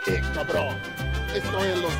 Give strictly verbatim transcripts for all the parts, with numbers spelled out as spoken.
Eh, cabrón. Esto es Los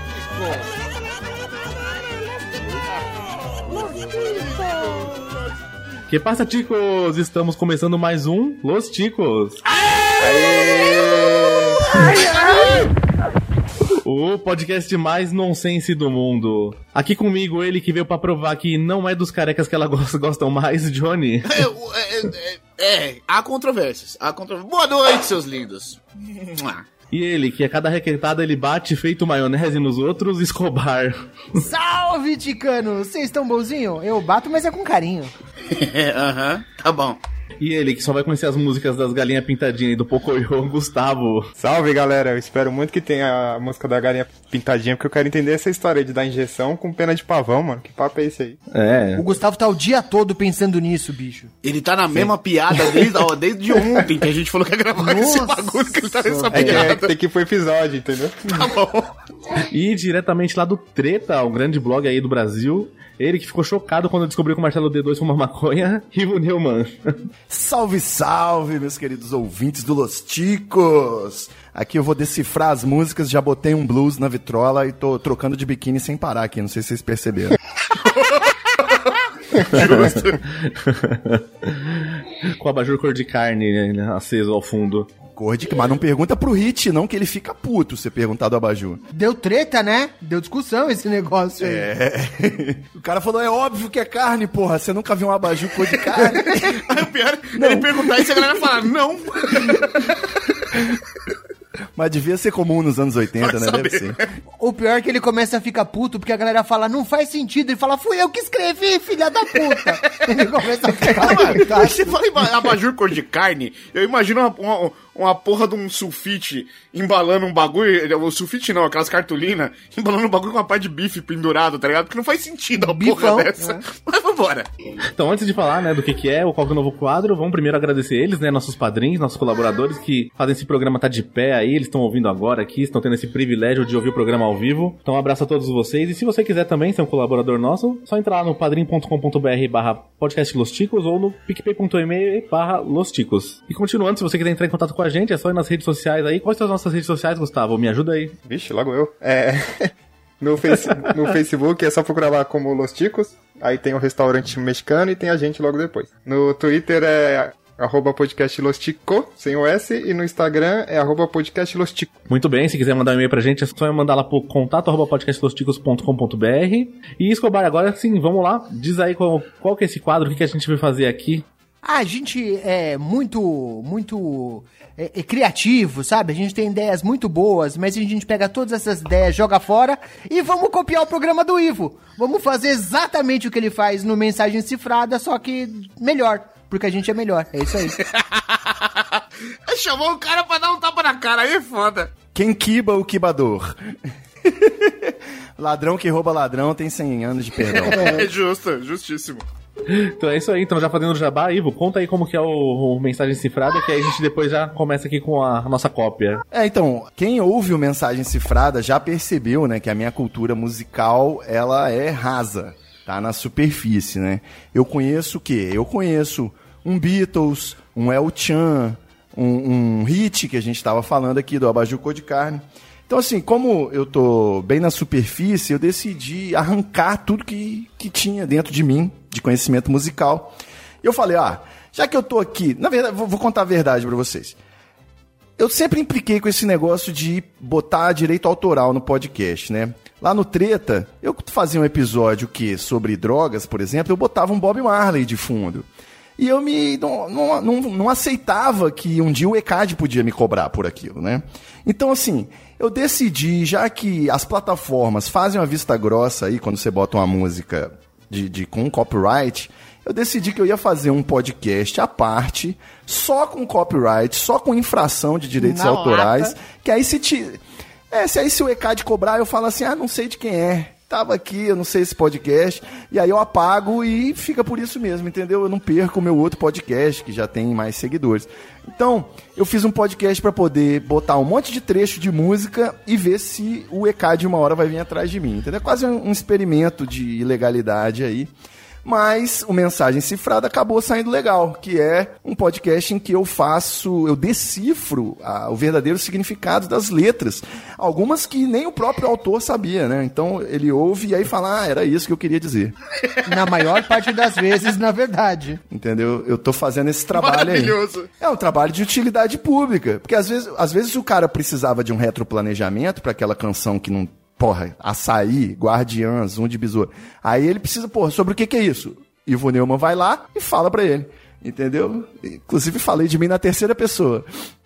Ticos. Los Ticos. Que passa, ticos? Estamos começando mais um Los Ticos. Aê! Aê! Aê! O podcast mais nonsense do mundo. Aqui comigo, ele que veio pra provar que não é dos carecas que ela gosta, gostam mais, Johnny. É, é, é, é, há controvérsias, há controvérsias. Boa noite, seus lindos. E ele, que a cada requentada ele bate feito maionese nos outros, Escobar. Salve, ticano! Vocês estão bonzinho? Eu bato, mas é com carinho. Aham, uhum, tá bom. E ele, que só vai conhecer as músicas das Galinha Pintadinha e do Pocoyo, Gustavo. Salve, galera. Eu espero muito que tenha a música da Galinha Pintadinha, porque eu quero entender essa história de dar injeção com pena de pavão, mano. Que papo é esse aí? É. O Gustavo tá o dia todo pensando nisso, bicho. Ele tá na Sim. mesma piada desde, ó, desde ontem que a gente falou que ia gravar Nossa. esse bagulho, que ele tá nessa é piada. É que tem que ir pro episódio, entendeu? Tá bom. E diretamente lá do Treta, o grande blog aí do Brasil... Ele que ficou chocado quando descobriu que o Marcelo D dois foi uma maconha, Ivo Neumann. Salve, salve, meus queridos ouvintes do Los Ticos. Aqui eu vou decifrar as músicas, já botei um blues na vitrola e tô trocando de biquíni sem parar aqui, não sei se vocês perceberam. Justo. Com o abajur cor de carne, né, aceso ao fundo. Cor de... Mas não pergunta pro Hit, não, que ele fica puto se perguntar do abajur. Deu treta, né? Deu discussão esse negócio aí. É. O cara falou, é óbvio que é carne, porra. Você nunca viu um abajur cor de carne? Aí o pior é ele perguntar isso e a galera falar, não. Mas devia ser comum nos anos oitenta, né? Deve ser. O pior é que ele começa a ficar puto porque a galera fala, não faz sentido. Ele fala, fui eu que escrevi, filha da puta. Ele começa a ficar... Mano, você fala em abajur cor de carne, eu imagino uma, uma, uma porra de um sulfite embalando um bagulho, o sulfite não, aquelas cartolinas, embalando um bagulho com uma parte de bife pendurado, tá ligado? Porque não faz sentido uma Bifão, porra dessa. É. Mas vambora. Então, antes de falar, né, do que que é, o qual que é o novo quadro, vamos primeiro agradecer eles, né, nossos padrinhos, nossos colaboradores que fazem esse programa tá de pé aí, eles estão ouvindo agora aqui, estão tendo esse privilégio de ouvir o programa ao vivo. Então, um abraço a todos vocês. E se você quiser também ser um colaborador nosso, só entrar lá no padrim.com.br barra podcast Los Ticos ou no picpay.me barra Los Ticos. E continuando, se você quiser entrar em contato com a gente, é só ir nas redes sociais aí. Quais são as nossas redes sociais, Gustavo? Me ajuda aí. Vixe, logo eu. É... No, face... no Facebook é só procurar lá como Los Ticos. Aí tem o restaurante mexicano e tem a gente logo depois. No Twitter é... arroba podcast Los Tico, sem o S, e no Instagram é arroba podcast Los Tico. Muito bem, se quiser mandar um e-mail pra gente, é só mandar lá pro contato arroba podcastlosticos ponto com ponto b r. E Escobar, agora sim, vamos lá, diz aí qual, qual que é esse quadro, o que, que a gente vai fazer aqui. A gente é muito, muito é, é criativo, sabe? A gente tem ideias muito boas, mas a gente pega todas essas ideias, joga fora e vamos copiar o programa do Ivo. Vamos fazer exatamente o que ele faz no Mensagem Cifrada, só que melhor. Porque a gente é melhor, é isso aí. Chamou o cara pra dar um tapa na cara, aí é foda. Quem quiba o quibador? Ladrão que rouba ladrão tem cem anos de perdão. É justo, justíssimo. Então é isso aí, então já fazendo o jabá, Ivo, conta aí como que é o, o Mensagem Cifrada, que aí a gente depois já começa aqui com a, a nossa cópia. É, então, quem ouve o Mensagem Cifrada já percebeu, né, que a minha cultura musical, ela é rasa. Tá na superfície, né? Eu conheço o quê? Eu conheço um Beatles, um El Chan, um, um Hit, que a gente estava falando aqui, do abajur cor de carne. Então, assim, como eu tô bem na superfície, eu decidi arrancar tudo que, que tinha dentro de mim, de conhecimento musical. E eu falei, ah, já que eu tô aqui... Na verdade, vou, vou contar a verdade pra vocês. Eu sempre impliquei com esse negócio de botar direito autoral no podcast, né? Lá no Treta, eu fazia um episódio que, sobre drogas, por exemplo, eu botava um Bob Marley de fundo. E eu me não, não, não, não aceitava que um dia o E C A D podia me cobrar por aquilo, né? Então, assim, eu decidi, já que as plataformas fazem uma vista grossa aí quando você bota uma música de, de, com copyright, eu decidi que eu ia fazer um podcast à parte, só com copyright, só com infração de direitos Na autorais, lata. que aí se te... É, se aí se o E C A D cobrar, eu falo assim, ah, não sei de quem é, tava aqui, eu não sei esse podcast, e aí eu apago e fica por isso mesmo, entendeu? Eu não perco o meu outro podcast, que já tem mais seguidores. Então, eu fiz um podcast para poder botar um monte de trecho de música e ver se o E C A D uma hora vai vir atrás de mim, entendeu? É quase um experimento de ilegalidade aí. Mas o Mensagem Cifrada acabou saindo legal, que é um podcast em que eu faço, eu decifro a, o verdadeiro significado das letras. Algumas que nem o próprio autor sabia, né? Então ele ouve e aí fala, ah, era isso que eu queria dizer. Na maior parte das vezes, na verdade. Entendeu? Eu tô fazendo esse trabalho aí. Maravilhoso. É um trabalho de utilidade pública. Porque às vezes, às vezes o cara precisava de um retroplanejamento para aquela canção que não... Porra, Açaí, Guardiãs, Um de Besouro. Aí ele precisa, porra, sobre o que que é isso? Ivo Neumann vai lá e fala pra ele. Entendeu? Inclusive falei de mim na terceira pessoa.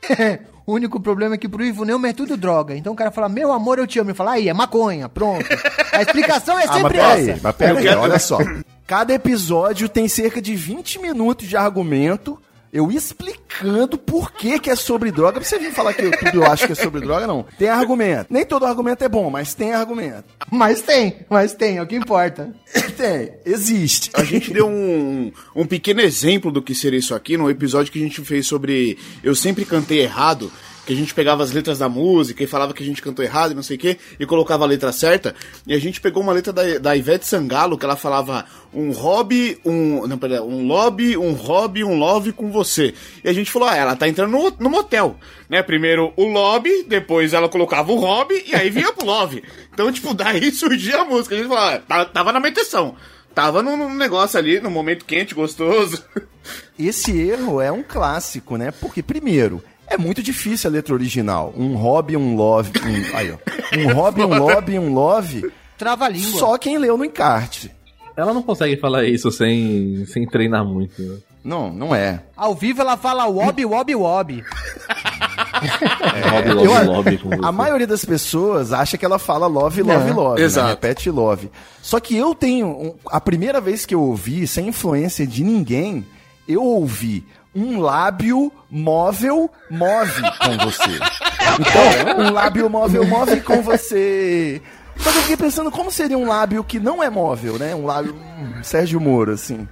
O único problema é que pro Ivo Neumann é tudo droga. Então o cara fala, meu amor, eu te amo. Ele fala, aí, é maconha, pronto. A explicação é Ah, sempre mas peraí, essa. mas peraí, quero- olha só. Cada episódio tem cerca de vinte minutos de argumento, eu explicando por que que é sobre droga. Pra você vir falar que eu, tudo eu acho que é sobre droga, não. Tem argumento. Nem todo argumento é bom, mas tem argumento. Mas tem, mas tem, é o que importa. Tem, existe. A gente deu um, um pequeno exemplo do que seria isso aqui no episódio que a gente fez sobre Eu Sempre Cantei Errado, que a gente pegava as letras da música e falava que a gente cantou errado e não sei o que, e colocava a letra certa, e a gente pegou uma letra da, da Ivete Sangalo, que ela falava um hobby, um... não, pera, um lobby, um hobby, um love com você. E a gente falou, ah, ela tá entrando no, no motel, né? Primeiro o lobby, depois ela colocava o hobby, e aí vinha pro love. Então, tipo, daí surgia a música. A gente falou, ah, tava na meteção. Tava num, num negócio ali, num momento quente, gostoso. Esse erro é um clássico, né? Porque, primeiro, é muito difícil a letra original. Um hobby, um love... Um, aí, ó. Um hobby, um lobby, um love... Trava a língua. Só quem leu no encarte. Ela não consegue falar isso sem, sem treinar muito. Né? Não, não é. Ao vivo ela fala wob, wob, wob. Lobby, lobby, Eu- lobby com você. A maioria das pessoas acha que ela fala love, love, Não, love. exato. Né? Repete love. Só que eu tenho... um- a primeira vez que eu ouvi, sem influência de ninguém, eu ouvi um lábio móvel move com você. Então, um lábio móvel move com você. Só que eu fiquei pensando como seria um lábio que não é móvel, né? Um lábio hum, Sérgio Moro, assim.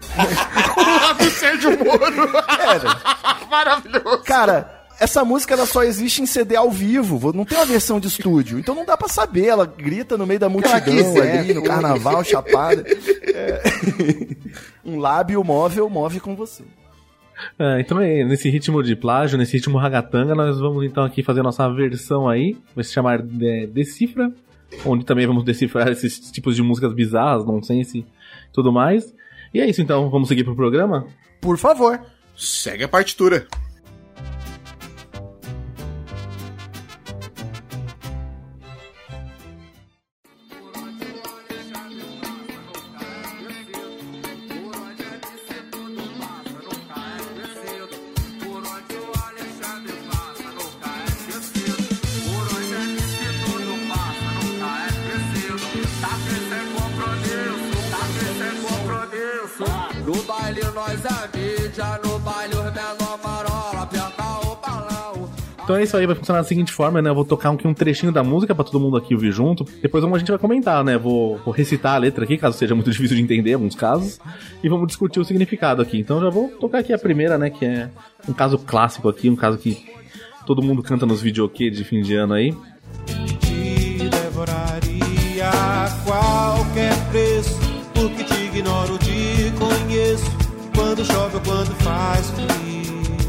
O lado do Sérgio Moro. Era. Maravilhoso. Cara, essa música ela só existe em C D ao vivo, não tem uma versão de estúdio, então não dá pra saber, ela grita no meio da multidão quiser. ali, no carnaval, chapada. É. Um lábio móvel move com você. É, então, é, nesse ritmo de plágio, nesse ritmo ragatanga, nós vamos então aqui fazer a nossa versão aí, vai se chamar de Decifra, onde também vamos decifrar esses tipos de músicas bizarras, nonsense e tudo mais. E é isso então, vamos seguir pro programa? Por favor. Segue a partitura. No baile nós é mídia, no baile os menor marola, aperta o balão. Então é isso aí, vai funcionar da seguinte forma, né? Eu vou tocar aqui um trechinho da música pra todo mundo aqui ouvir junto. Depois a gente vai comentar, né? Vou, vou recitar a letra aqui, caso seja muito difícil de entender em alguns casos. E vamos discutir o significado aqui. Então já vou tocar aqui a primeira, né? Que é um caso clássico aqui, um caso que todo mundo canta nos videokê de fim de ano aí. Te devoraria a qualquer preço, porque te ignoro, te conheço, quando chove ou quando faz frio.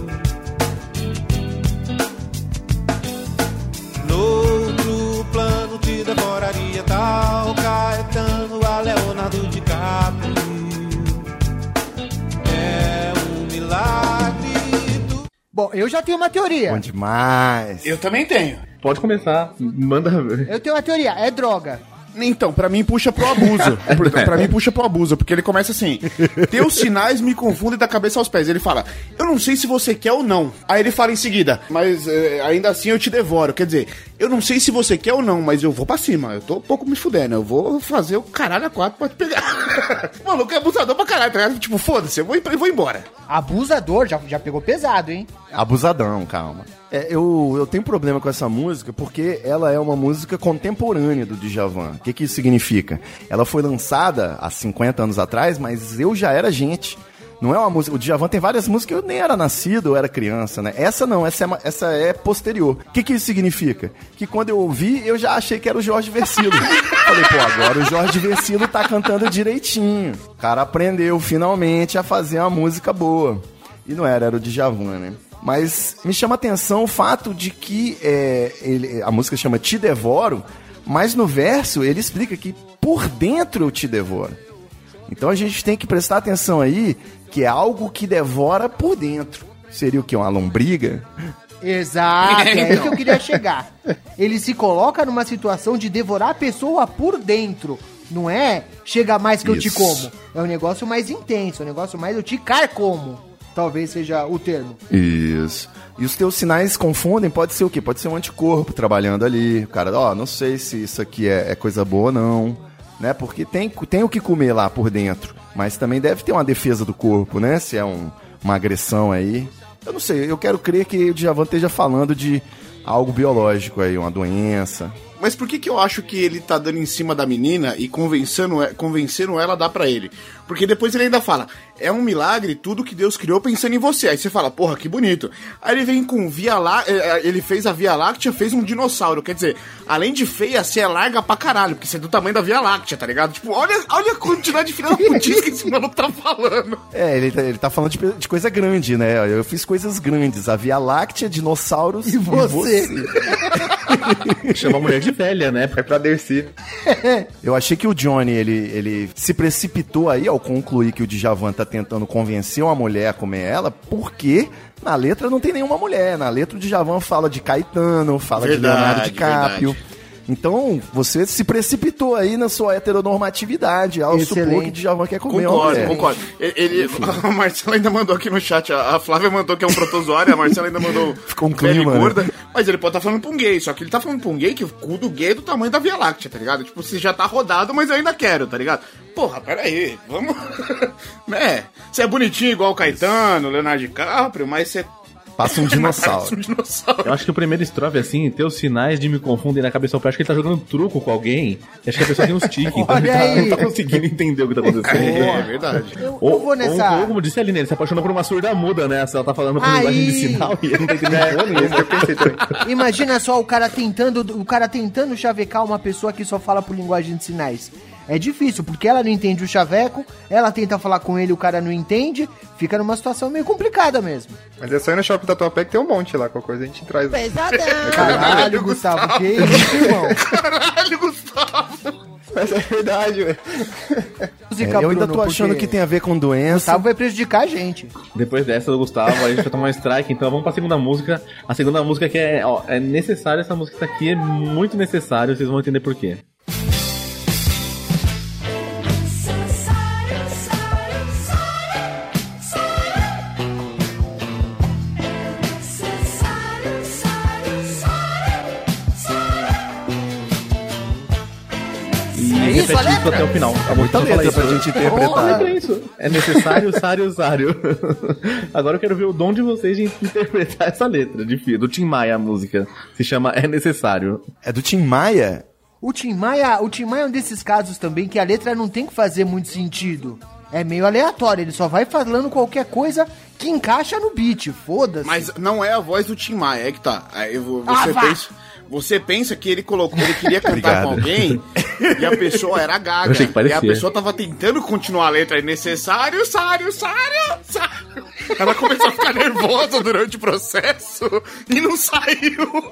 Noutro plano te devoraria tal Caetano a Leonardo DiCaprio. É um milagre do... Bom, eu já tenho uma teoria. Bom demais. Eu também tenho. Pode começar, manda ver. Eu tenho uma teoria, é droga. Então, pra mim puxa pro abuso. Por- pra mim puxa pro abuso, porque ele começa assim: teus sinais me confundem da cabeça aos pés. Ele fala, eu não sei se você quer ou não. Aí ele fala em seguida, mas eh, ainda assim eu te devoro. Quer dizer, eu não sei se você quer ou não, mas eu vou pra cima. Eu tô um pouco me fudendo. Eu vou fazer o caralho a quatro pra te pegar. Mano, que é abusador pra caralho, tá ligado? Tipo, foda-se, eu vou, eu vou embora. Abusador, já, já pegou pesado, hein? Abusadão, calma. É, eu, eu tenho problema com essa música porque ela é uma música contemporânea do Djavan. O que, que isso significa? Ela foi lançada há cinquenta anos atrás, mas eu já era gente. Não é uma música... O Djavan tem várias músicas que eu nem era nascido, eu era criança, né? Essa não, essa é, uma, essa é posterior. O que que isso significa? Que quando eu ouvi, eu já achei que era o Jorge Versilo. Falei, pô, agora o Jorge Versilo tá cantando direitinho. O cara aprendeu finalmente a fazer uma música boa. E não era, era o Djavan, né? Mas me chama a atenção o fato de que é, ele, a música chama Te Devoro, mas no verso ele explica que por dentro eu te devoro. Então a gente tem que prestar atenção aí que é algo que devora por dentro. Seria o quê? Uma lombriga? Exato, é aí que eu queria chegar. Ele se coloca numa situação de devorar a pessoa por dentro. Não é chega mais que eu Isso. te como. É um negócio mais intenso, é um negócio mais eu te carcomo. Talvez seja o termo. Isso. E os teus sinais confundem, pode ser o quê? Pode ser um anticorpo trabalhando ali. O cara, ó, não sei se isso aqui é, é coisa boa ou não, né? Porque tem, tem o que comer lá por dentro. Mas também deve ter uma defesa do corpo, né? Se é um, uma agressão aí. Eu não sei, eu quero crer que o Djavan esteja falando de algo biológico aí, uma doença. Mas por que que eu acho que ele tá dando em cima da menina e convencendo, convencendo ela a dar pra ele? Porque depois ele ainda fala, é um milagre tudo que Deus criou pensando em você. Aí você fala, porra, que bonito. Aí ele vem com Via Láctea, ele fez a Via Láctea, fez um dinossauro. Quer dizer, além de feia, você é larga pra caralho, porque você é do tamanho da Via Láctea, tá ligado? Tipo, olha, olha a quantidade de filha da putice que esse maluco tá falando. É, ele, tá- ele tá falando de, de coisa grande, né? Eu fiz coisas grandes. A Via Láctea, dinossauros E você? Chama a mulher de velha, né? É pra Dercy. Eu achei que o Johnny, ele, ele se precipitou aí ao concluir que o Djavan tá tentando convencer uma mulher a comer ela, porque na letra não tem nenhuma mulher. Na letra o Djavan fala de Caetano, fala Verdade, de Leonardo DiCaprio. verdade. Então, você se precipitou aí na sua heteronormatividade ao supor Excelente. que o Djavan quer comer uma Concordo, mulher. concordo. Ele, ele- a Marcela ainda mandou aqui no chat, a a Flávia mandou que é um protozoário, a Marcela ainda mandou Ficou um pele clima, né? gorda, mas ele pode estar falando pra um gay, só que ele tá falando pra um gay que o cu do gay é do tamanho da Via Láctea, tá ligado? Tipo, você já tá rodado, mas eu ainda quero, tá ligado? Porra, peraí, vamos... né? Você é bonitinho igual o Caetano, Leonardo DiCaprio, mas você... Passa um dinossauro. Parece um dinossauro. Eu acho que o primeiro estrofe, assim, ter os sinais de me confundem na cabeça. Eu acho que ele tá jogando truco com alguém. E acho que a pessoa tem uns tiques, então ele Olha tá, aí. não tá conseguindo entender o que tá acontecendo. É, é verdade. Eu, Ou, eu vou nessa. ou, ou, como disse a Aline, ele se apaixonou por uma surda muda, né? Se ela tá falando com linguagem de Aí. sinal e ele não tá entendendo porra nenhuma. Eu pensei também. Imagina só o cara tentando, o cara tentando chavecar uma pessoa que só fala por linguagem de sinais. É difícil, porque ela não entende o chaveco, ela tenta falar com ele, o cara não entende, fica numa situação meio complicada mesmo. Mas é só ir no shopping da Tatuapé que tem um monte lá. Qualquer coisa a gente traz. Caralho, Gustavo, que isso, irmão? Caralho, Gustavo! Mas é verdade, velho. Música, É, eu ainda Bruno, tô achando porque que tem a ver com doença. Gustavo vai prejudicar a gente. Depois dessa do Gustavo, a gente vai tomar um strike, então vamos pra segunda música. A segunda música que é, ó, é necessária, essa música aqui é muito necessária, vocês vão entender por quê. E É isso, repete a letra? até o final. É muita Então fala letra isso. pra gente Porra, interpretar. é isso. É necessário, sário, sário. Agora eu quero ver o dom de vocês de interpretar essa letra, de fi- do Tim Maia, a música. Se chama É Necessário. É do Tim Maia? O Tim Maia, o Tim Maia é um desses casos também que a letra não tem que fazer muito sentido. É meio aleatório, ele só vai falando qualquer coisa que encaixa no beat, foda-se. Mas não é a voz do Tim Maia, é que tá. Aí vo- Ah, você, vá! pensa, você pensa que ele colocou, ele queria cantar com Obrigado. alguém e a pessoa era gaga. Eu achei que E parecia. a pessoa tava tentando continuar a letra. É necessário, sário, sário, sário. Ela começou a ficar nervosa durante o processo e não saiu.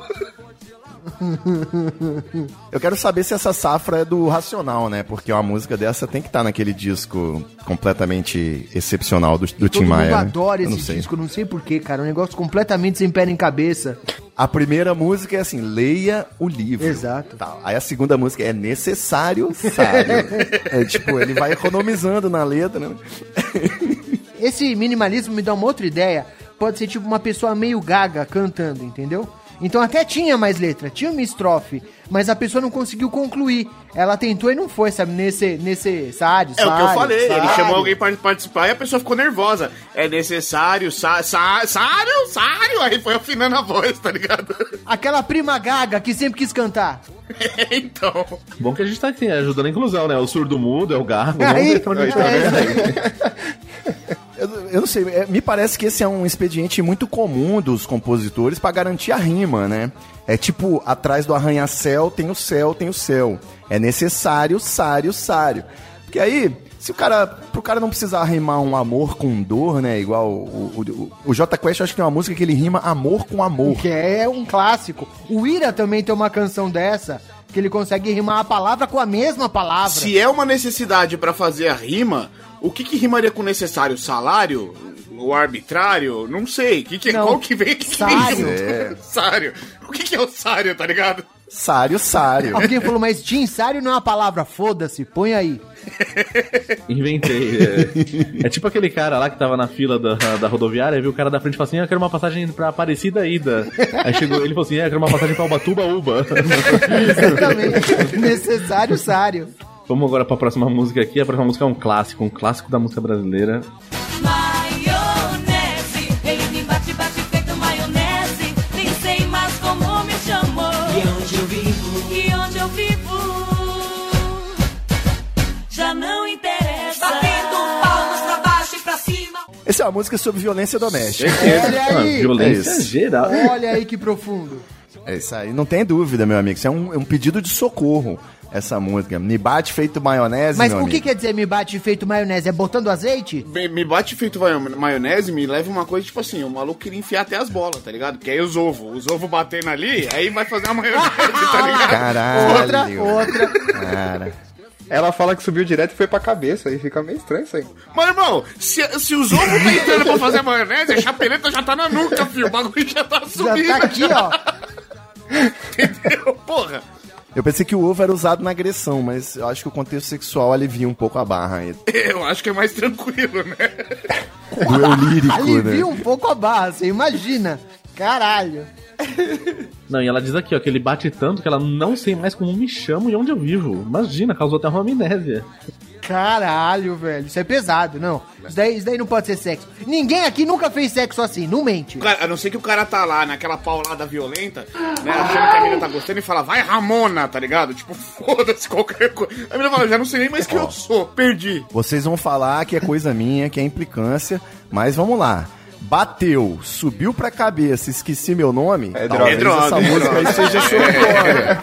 Eu quero saber se essa safra é do Racional, né? Porque uma música dessa tem que estar naquele disco completamente excepcional do, do Todo Tim mundo Maia. né? adora Eu esse não sei. disco, não sei porquê, cara. Um negócio completamente sem pé nem cabeça. A primeira música é assim, leia o livro. Exato. Tá. Aí a segunda música é necessário, sábio. É tipo, ele vai economizando na letra, né? Esse minimalismo me dá uma outra ideia. Pode ser tipo uma pessoa meio gaga cantando, entendeu? Então até tinha mais letra, tinha uma estrofe, mas a pessoa não conseguiu concluir. Ela tentou e não foi, sabe? Nesse, necessário, É o que eu sário, falei, ele sário. chamou alguém para participar e a pessoa ficou nervosa. É necessário, sá, sá, sário, sário. Aí foi afinando a voz, tá ligado? Aquela prima gaga que sempre quis cantar. Então. Bom que a gente tá aqui ajudando a inclusão, né? O surdo mudo, é o garbo. Aí, Vamos ver pra onde a gente vai. é, Eu, eu não sei, é, me parece que esse é um expediente muito comum dos compositores pra garantir a rima, né? É tipo, atrás do arranha-céu tem o céu, tem o céu. É necessário, sário, sário. Porque aí, se o cara, pro cara não precisar rimar um amor com dor, né? Igual o, o, o, o Jota Quest, eu acho que tem uma música que ele rima amor com amor. Que é um clássico. O Ira também tem uma canção dessa, que ele consegue rimar a palavra com a mesma palavra. Se é uma necessidade pra fazer a rima, o que que rimaria com necessário? Salário? O arbitrário? Não sei. Que que é? Não. Qual que vem? Que que Sário. é isso? Sário. O que que é o sário, tá ligado? Sário, sário. Alguém falou, mas Tim, sário não é uma palavra, foda-se, põe aí. Inventei. É, é tipo aquele cara lá que tava na fila da, da rodoviária, viu o cara da frente e falou assim: ah, eu quero uma passagem pra Aparecida Ida. Aí chegou ele e falou assim: ah, eu quero uma passagem pra Ubatuba, Uba. Exatamente. Necessário, sário. Vamos agora pra próxima música aqui. A próxima música é um clássico, um clássico da música brasileira. Maionese, ele me bate, bate feito maionese. Nem sei mais como me chamou. E onde eu vivo? E onde eu vivo? Já não interessa. Batendo palmas pra baixo e pra cima. Essa é uma música sobre violência doméstica. Olha aí. Ah, violência É isso. geral. Olha aí que profundo. É isso aí, não tem dúvida, meu amigo. Isso é um, é um pedido de socorro, essa música. Me bate feito maionese, Mas meu o que amigo. quer dizer me bate feito maionese? É botando azeite? Me, me bate feito maio- maionese, me leva uma coisa tipo assim, o maluco queria enfiar até as bolas, tá ligado? Porque aí os ovos, os ovos batendo ali, aí vai fazer uma maionese, tá ligado? Caralho. Outra, outra. Cara. Ela fala que subiu direto e foi pra cabeça, aí fica meio estranho isso aí. Mas, irmão, se, se os ovos tá entrando pra fazer maionese, a chapeleta já tá na nuca, filho. O bagulho já tá Já subindo. tá aqui, ó. Entendeu? Porra. Eu pensei que o ovo era usado na agressão, mas eu acho que o contexto sexual alivia um pouco a barra aí. Eu acho que é mais tranquilo, né? Do eu lírico, Alivia né? um pouco a barra, você imagina. Caralho. Não, e ela diz aqui, ó, que ele bate tanto que ela não sei mais como me chamo e onde eu vivo. Imagina, causou até uma amnésia. Caralho, velho. Isso é pesado, não. Isso daí, isso daí não pode ser sexo. Ninguém aqui nunca fez sexo assim, não mente. O cara- a não ser que o cara tá lá naquela paulada violenta, né? Achando que a menina tá gostando e fala, vai Ramona, tá ligado? Tipo, foda-se qualquer coisa. A menina fala, já não sei nem mais quem eu sou, perdi. Vocês vão falar que é coisa minha, que é implicância, mas vamos lá. Bateu, subiu pra cabeça, esqueci meu nome. É Talvez droga. essa É música droga. aí seja sonora.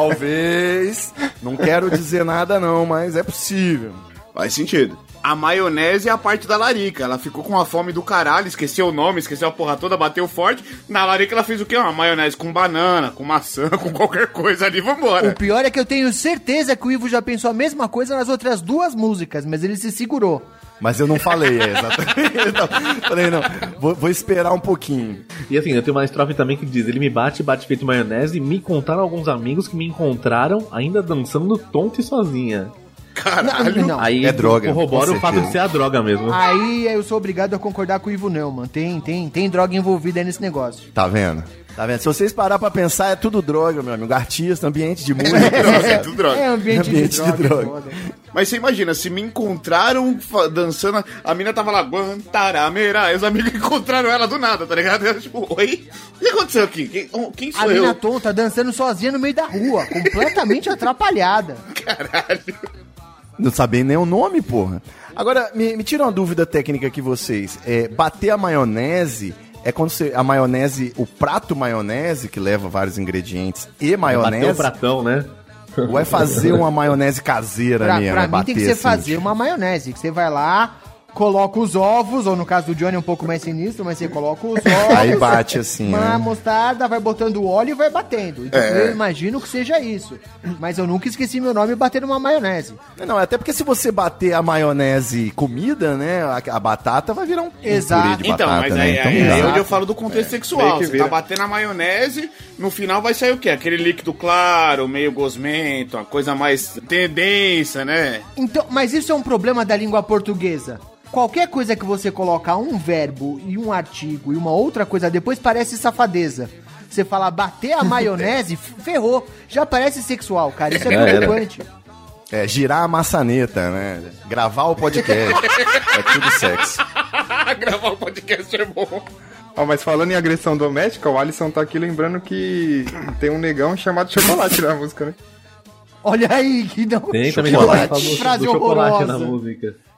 Talvez. Não quero dizer nada não, mas é possível. Faz sentido. A maionese é a parte da larica. Ela ficou com a fome do caralho, esqueceu o nome, esqueceu a porra toda, bateu forte. Na larica ela fez o quê? Uma maionese com banana, com maçã, com qualquer coisa ali, O vambora. pior é que eu tenho certeza que o Ivo já pensou a mesma coisa nas outras duas músicas, mas ele se segurou. Mas eu não falei, é, exatamente. Não, falei, não, vou, vou esperar um pouquinho. E assim, eu tenho uma estrofe também que diz: ele me bate, bate feito maionese, e me contaram alguns amigos que me encontraram ainda dançando tonto e sozinha. Caralho. Não. Aí É droga, corrobora com o fato de certeza. ser a droga mesmo. Aí eu sou obrigado a concordar com o Ivo Neumann. Tem, tem, tem droga envolvida aí nesse negócio. Tá vendo? Tá vendo? Se vocês parar pra pensar, é tudo droga, meu amigo. Artista, ambiente de música. droga, é tudo droga. É ambiente, Ambiente de de droga. droga. foda. Mas você imagina, se me encontraram fa- dançando, a mina tava lá, Guantaramera, e os amigos encontraram ela do nada, tá ligado? Eu, tipo, oi? O que aconteceu aqui? Quem, oh, quem A sou mina eu? tonta dançando sozinha no meio da rua, completamente atrapalhada. Caralho. Não sabem nem o nome, porra. Agora, me, me tira uma dúvida técnica aqui vocês. É, bater a maionese é quando você, a maionese, o prato maionese, que leva vários ingredientes, e Bateu o maionese, pratão, né? ou é fazer uma maionese caseira Pra, mesmo? pra é mim tem que bater ser assim? fazer uma maionese, que você vai lá, coloca os ovos, ou no caso do Johnny é um pouco mais sinistro, mas você coloca os ovos. Aí bate assim, Uma né? mostarda, vai botando o óleo e vai batendo. Então, É. eu imagino que seja isso. Mas eu nunca esqueci meu nome e bater numa maionese. Não, até porque se você bater a maionese comida, né, a, a batata vai virar um, um Exato. purê de Então, batata, mas né? aí, Então aí, não aí dá. é onde eu falo do contexto sexual. meio que Você vira. tá batendo a maionese, no final vai sair o quê? Aquele líquido claro, meio gosmento, uma coisa mais tendência, né? Então, mas isso é um problema da língua portuguesa. Qualquer coisa que você colocar um verbo e um artigo e uma outra coisa depois parece safadeza. Você fala bater a maionese, ferrou. Já parece sexual, cara. Isso é Já era. preocupante. É, girar a maçaneta, né? Gravar o podcast. É tudo sexo. Gravar o podcast é bom. Ó, mas falando em agressão doméstica, o Alisson tá aqui lembrando que tem um negão chamado Chocolate na música, né? Olha aí, que não. Tem também Chocolate. fala do, Frase do chocolate horrorosa. na música.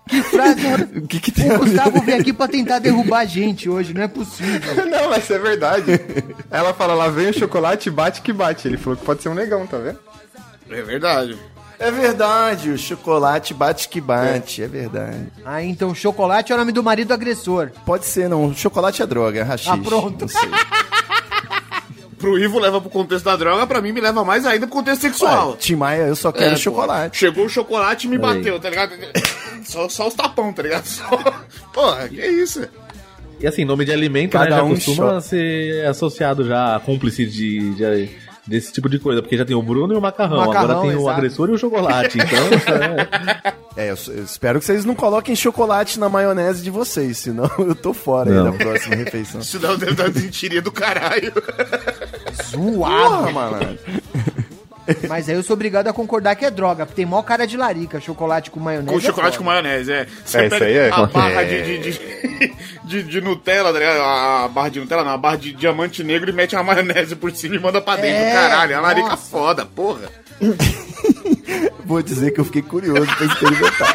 Que frase... O que que tem a O ver? Gustavo veio aqui pra tentar derrubar a gente hoje, não é possível. Não, mas é verdade. Ela fala, lá vem o chocolate, bate que bate. Ele falou que pode ser um negão, tá vendo? É verdade. É verdade, o chocolate bate que bate, é, é verdade. Ah, então chocolate é o nome do marido agressor. Pode ser, não. Chocolate é droga, é haxixe. Ah, pronto. Não sei. Pro Ivo leva pro contexto da droga, pra mim me leva mais ainda pro contexto sexual. Ué, Tim Maia, eu só quero É, chocolate. pô, chegou o chocolate e me Aí. bateu, tá ligado? Só, só os tapão, tá ligado? Só... Porra, que isso? E assim, nome de alimento, Cada né, já um costuma shot. ser associado já a cúmplice de, de- desse tipo de coisa, porque já tem o Bruno e o macarrão, Macarrão, agora tem o exato. agressor e o chocolate, então... isso é- É, eu, eu espero que vocês não coloquem chocolate na maionese de vocês, senão eu tô fora aí Não. da próxima refeição. Isso dá deve dar mentiria do caralho. Zoado. Porra, malandro. Mas aí eu sou obrigado a concordar que é droga, porque tem mó cara de larica, chocolate com maionese. Com é chocolate com foda. maionese, é. Você É, isso pega aí é. a barra É. de, de, de, de, de Nutella, tá ligado? A barra de Nutella, não, a barra de diamante negro e mete uma maionese por cima e manda pra dentro. É, Caralho, é uma larica nossa. foda, porra. Vou dizer que eu fiquei curioso pra experimentar.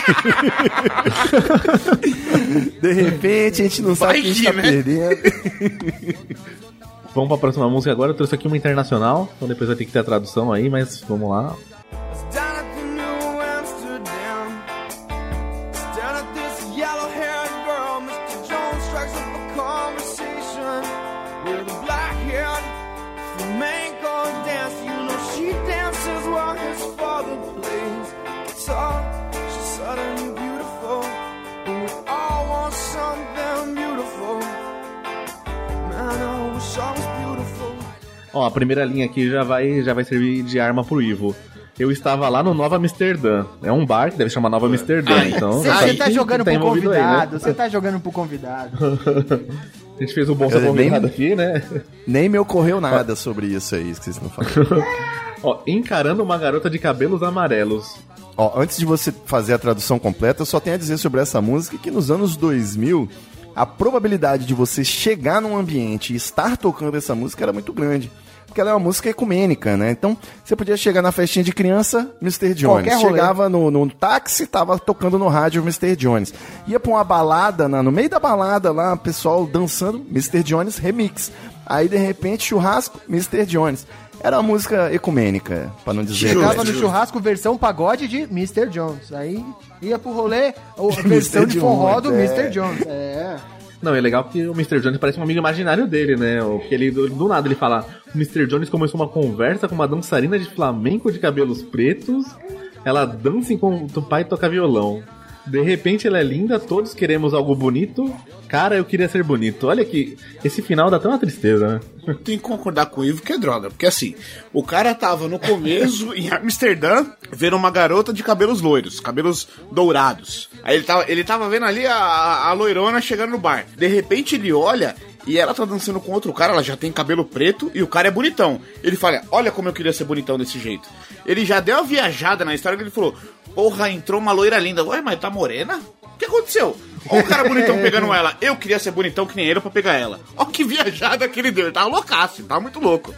De repente, a gente não Vai sabe quem que, está né? perdendo. Vamos pra próxima música agora, eu trouxe aqui uma internacional, então depois vai ter que ter a tradução aí, mas vamos lá. Down at the New Amsterdam, down at this yellow-haired girl, Mister Jones strikes up a conversation with a black-haired flamenco dancer. You know she dances while his father plays guitar. She's sudden beautiful, and we all want something beautiful. Man, I wish I was beautiful. Ó, a primeira linha aqui já vai, já vai servir de arma pro Ivo. Eu estava lá no Nova Amsterdã. É um bar que deve chamar Nova Amsterdã, então... Você sabe tá quem jogando tá pro envolvido aí, né? convidado, você tá jogando pro convidado. A gente fez o bom ser Eu nem- convidado aqui, né? Nem me ocorreu nada sobre isso aí que vocês estão falando. Ó, encarando uma garota de cabelos amarelos. Ó, antes de você fazer a tradução completa, eu só tenho a dizer sobre essa música que nos anos dois mil, a probabilidade de você chegar num ambiente e estar tocando essa música era muito grande. Porque ela é uma música ecumênica, né? Então, você podia chegar na festinha de criança, mister Jones. Qualquer rolê. Chegava no, no táxi, tava tocando no rádio mister Jones. Ia pra uma balada, na- no meio da balada lá, o pessoal dançando mister Jones remix. Aí, de repente, churrasco, mister Jones. Era uma música ecumênica, pra não dizer... Chegava no churrasco versão pagode de mister Jones. Aí ia pro rolê, ou a versão de forró do Jones, é. mister Jones. É. Não, é legal porque o mister Jones parece um amigo imaginário dele, né? Porque ele, do, do nada ele fala: o mister Jones começou uma conversa com uma dançarina de flamenco de cabelos pretos. Ela dança enquanto o pai toca violão. De repente ela é linda, todos queremos algo bonito. Cara, eu queria ser bonito. Olha que esse final dá até uma tristeza, né? Tem que concordar com o Ivo que é droga. Porque assim, o cara tava no começo em Amsterdã vendo uma garota de cabelos loiros, cabelos dourados. Aí ele tava, ele tava vendo ali a, a loirona chegando no bar. De repente ele olha e ela tá dançando com outro cara, ela já tem cabelo preto e o cara é bonitão. Ele fala: olha como eu queria ser bonitão desse jeito. Ele já deu uma viajada na história que ele falou: porra, entrou uma loira linda. Ué, mas tá morena? O que aconteceu? Ó o cara bonitão pegando ela. Eu queria ser bonitão que nem ele pra pegar ela. Ó que viajada que ele deu. Ele tava loucaço, tava muito louco.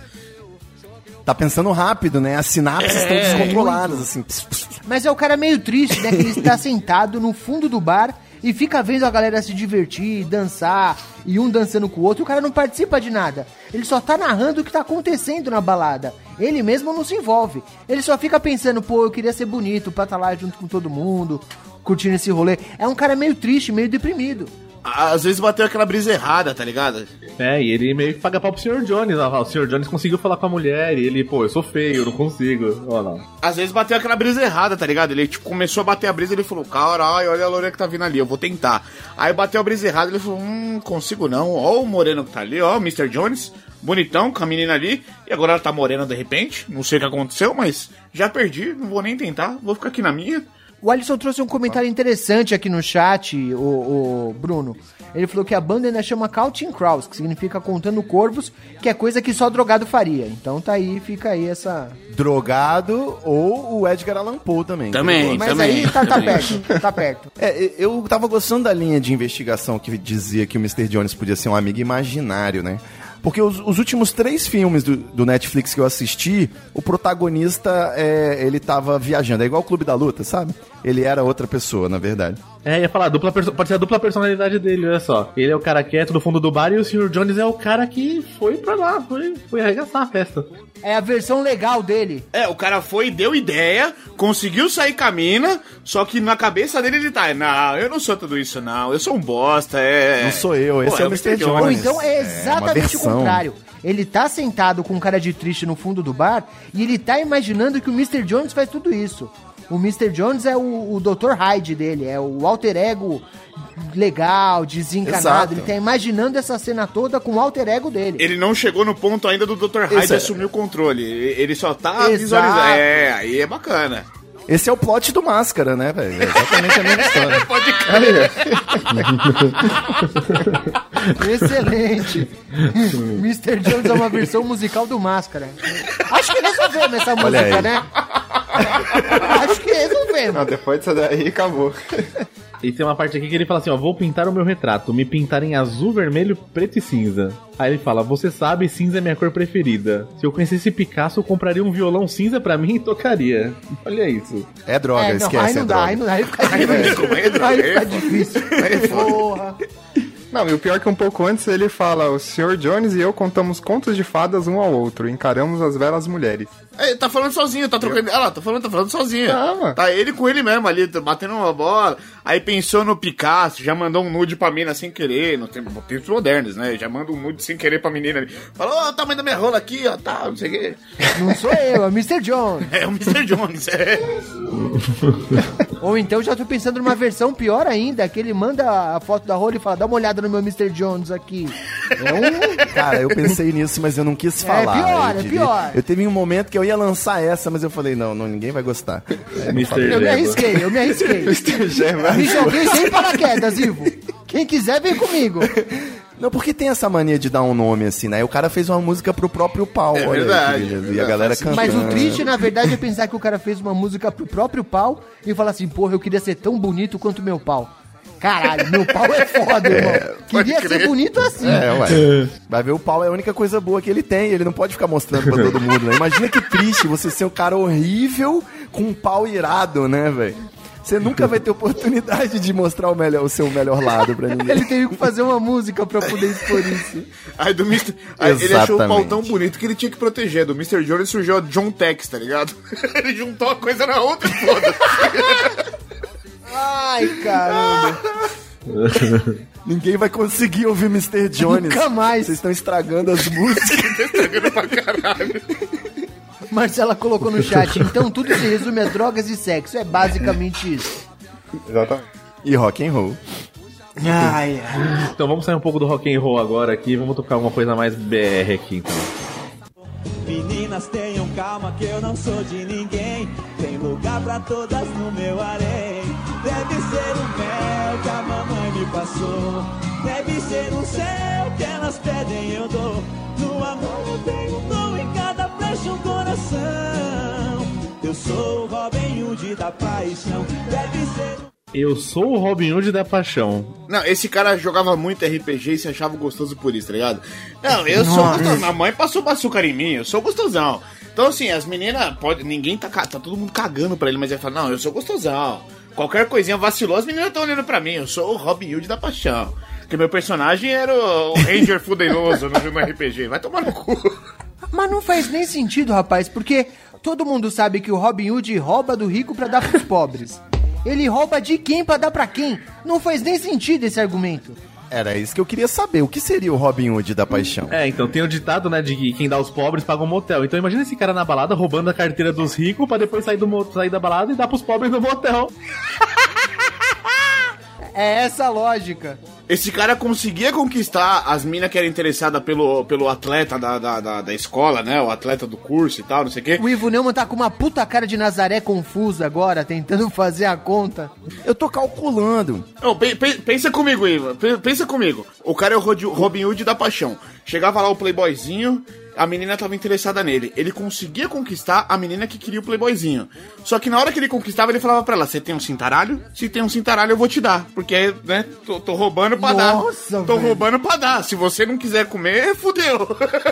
Tá pensando rápido, né? As sinapses estão É, descontroladas, assim. Pss, pss, pss. Mas é o cara meio triste, né? Que ele está sentado no fundo do bar e fica vendo a galera se divertir, dançar, e um dançando com o outro, e o cara não participa de nada. Ele só tá narrando o que tá acontecendo na balada. Ele mesmo não se envolve. Ele só fica pensando: pô, eu queria ser bonito pra estar lá junto com todo mundo, curtindo esse rolê. É um cara meio triste, meio deprimido. Às vezes bateu aquela brisa errada, tá ligado? É, e ele meio que paga pau pro senhor Jones. Ó, o senhor Jones conseguiu falar com a mulher e ele, pô, eu sou feio, eu não consigo. Olha lá. Às vezes bateu aquela brisa errada, tá ligado? Ele tipo, começou a bater a brisa e ele falou: caralho, olha a loira que tá vindo ali, eu vou tentar. Aí bateu a brisa errada e ele falou: hum, consigo não. Ó o moreno que tá ali, ó, o mister Jones, bonitão, com a menina ali. E agora ela tá morena de repente. Não sei o que aconteceu, mas já perdi, não vou nem tentar, vou ficar aqui na minha. O Alisson trouxe um comentário interessante aqui no chat, o, o Bruno. Ele falou que a banda ainda chama Counting Crows, que significa contando corvos, que é coisa que só drogado faria. Então tá aí, fica aí essa... Drogado ou o Edgar Allan Poe também. Também. Mas aí tá, tá perto, tá perto. É, eu tava gostando da linha de investigação que dizia que o mister Jones podia ser um amigo imaginário, né? Porque os, os últimos três filmes do, do Netflix que eu assisti, o protagonista, é, ele tava viajando. É igual o Clube da Luta, sabe? Ele era outra pessoa, na verdade. É, ia falar, dupla perso- pode ser a dupla personalidade dele, olha só. Ele é o cara quieto do fundo do bar e o senhor Jones é o cara que foi pra lá, foi, foi arregaçar a festa. É a versão legal dele. É, o cara foi, deu ideia, conseguiu sair com a mina, só que na cabeça dele ele tá, não, eu não sou tudo isso não, eu sou um bosta, é... Não sou eu, esse Pô, é o mister Jones. Ou então é É, exatamente uma o contrário. Ele tá sentado com cara de triste no fundo do bar e ele tá imaginando que o mister Jones faz tudo isso. O mister Jones é o, o doutor Hyde dele, é o alter ego legal, desencanado. Exato. Ele tá imaginando essa cena toda com o alter ego dele. Ele não chegou no ponto ainda do doutor Hyde Esse é- assumir o controle, ele só tá Exato. visualizando. É, aí é bacana. Esse é o plot do Máscara, né, velho? É exatamente a mesma história. Pode crer. Excelente. mister Jones é uma versão musical do Máscara. Acho que resolvemos essa Olha música, aí. né? Acho que resolvemos. Não, depois disso daí acabou. E tem uma parte aqui que ele fala assim, ó, vou pintar o meu retrato, me pintar em azul, vermelho, preto e cinza. Aí ele fala, você sabe, cinza é minha cor preferida. Se eu conhecesse Picasso, eu compraria um violão cinza pra mim e tocaria. Olha isso. É droga, É, não, esquece, aí não é dá, droga. aí não dá, aí fica Aí não difícil. é, é droga, Aí é fica foda. difícil. Porra. Não, e o pior é que um pouco antes ele fala, o senhor Jones e eu contamos contos de fadas um ao outro, encaramos as belas mulheres. É, tá falando sozinho, tá trocando. Olha lá, tá falando, tá falando sozinho. Tá, mano. Tá ele com ele mesmo ali, tá batendo uma bola. Aí pensou no Picasso, já mandou um nude pra mina sem querer, no tempo, tempos modernos, né? Já manda um nude sem querer pra menina ali. Falou, ó, o tamanho da minha rola aqui, ó, tá, não sei o quê. Não sou eu, é o mister Jones. É o mister Jones, é. Ou então já tô pensando numa versão pior ainda, que ele manda a foto da rola e fala, dá uma olhada no meu mister Jones aqui. É um... Cara, eu pensei nisso, mas eu não quis falar. pior, eu é tive- pior. Eu teve um momento que eu ia lançar essa, mas eu falei, não, não ninguém vai gostar. É, mister Eu me Jeba. arrisquei, eu me arrisquei. mister G vai... Me joguei sem paraquedas, Ivo. Quem quiser, vem comigo. Não, porque tem essa mania de dar um nome assim, né? O cara fez uma música pro próprio pau, É olha aí, verdade, que beleza. é E a verdade. galera Faz cantando. Mas o triste, na verdade, é pensar que o cara fez uma música pro próprio pau e falar assim, porra, eu queria ser tão bonito quanto meu pau. Caralho, meu pau é foda, irmão. Queria pode ser crer. bonito assim. É, ué. Vai ver, o pau é a única coisa boa que ele tem. Ele não pode ficar mostrando pra todo mundo, né? Imagina que triste você ser um cara horrível com um pau irado, né, velho? Você nunca vai ter oportunidade de mostrar o, melhor, o seu melhor lado pra ninguém. Ele teve que fazer uma música pra poder expor isso. Aí do mister Aí ele achou o pau Exatamente. tão bonito que ele tinha que proteger. Do mister Jones surgiu a John Tex, tá ligado? Ele juntou uma coisa na outra e foda. Ai, caramba. Ninguém vai conseguir ouvir mister Jones. Nunca mais. Vocês estão estragando as músicas. Estragando pra caralho. Marcela colocou no chat, então tudo se resume a drogas e sexo. É basicamente isso. Exatamente. E rock and roll. Ai, ai. Então vamos sair um pouco do rock and roll agora aqui, vamos tocar uma coisa mais B R aqui, então. Meninas, tenham calma que eu não sou de ninguém. Tem lugar pra todas no meu harém. Deve ser o mel que a mamãe me passou. Deve ser o céu que elas pedem, eu dou. No amor eu tenho um dom, em cada flecha um coração. Eu sou o Robin Hood da paixão. Deve ser o... Eu sou o Robin Hood da paixão. Não, esse cara jogava muito R P G e se achava gostoso por isso, tá ligado? Não, eu sou gostoso. Minha mãe passou açúcar em mim, eu sou gostosão. Então, assim, as meninas, pode, ninguém tá, ca- tá todo mundo cagando pra ele, mas ele fala, não, eu sou gostosão. Qualquer coisinha vacilou, as meninas estão olhando pra mim, eu sou o Robin Hood da paixão. Porque meu personagem era o Ranger Fuderoso no, no R P G, vai tomar no cu. Mas não faz nem sentido, rapaz, porque todo mundo sabe que o Robin Hood rouba do rico pra dar pros pobres. Ele rouba de quem pra dar pra quem? Não faz nem sentido esse argumento. Era isso que eu queria saber. O que seria o Robin Hood da paixão? É, então tem o ditado, né, de que quem dá aos pobres paga um motel. Então imagina esse cara na balada roubando a carteira dos ricos pra depois sair, do mo- sair da balada e dar pros pobres no motel. É essa a lógica. Esse cara conseguia conquistar as minas que eram interessadas pelo, pelo atleta da, da, da, da escola, né? O atleta do curso e tal, não sei o quê. O Ivo Neumann tá com uma puta cara de Nazaré confusa agora, tentando fazer a conta. Eu tô calculando. Não, pe- pe- pensa comigo, Ivan. Pe- pensa comigo. O cara é o Rod- Robin Hood da paixão. Chegava lá o playboyzinho, a menina tava interessada nele. Ele conseguia conquistar a menina que queria o playboyzinho. Só que na hora que ele conquistava, ele falava pra ela, você tem um cintaralho? Se tem um cintaralho, eu vou te dar. Porque, né, tô, tô roubando pra Nossa, dar. Tô velho. roubando pra dar. Se você não quiser comer, fudeu.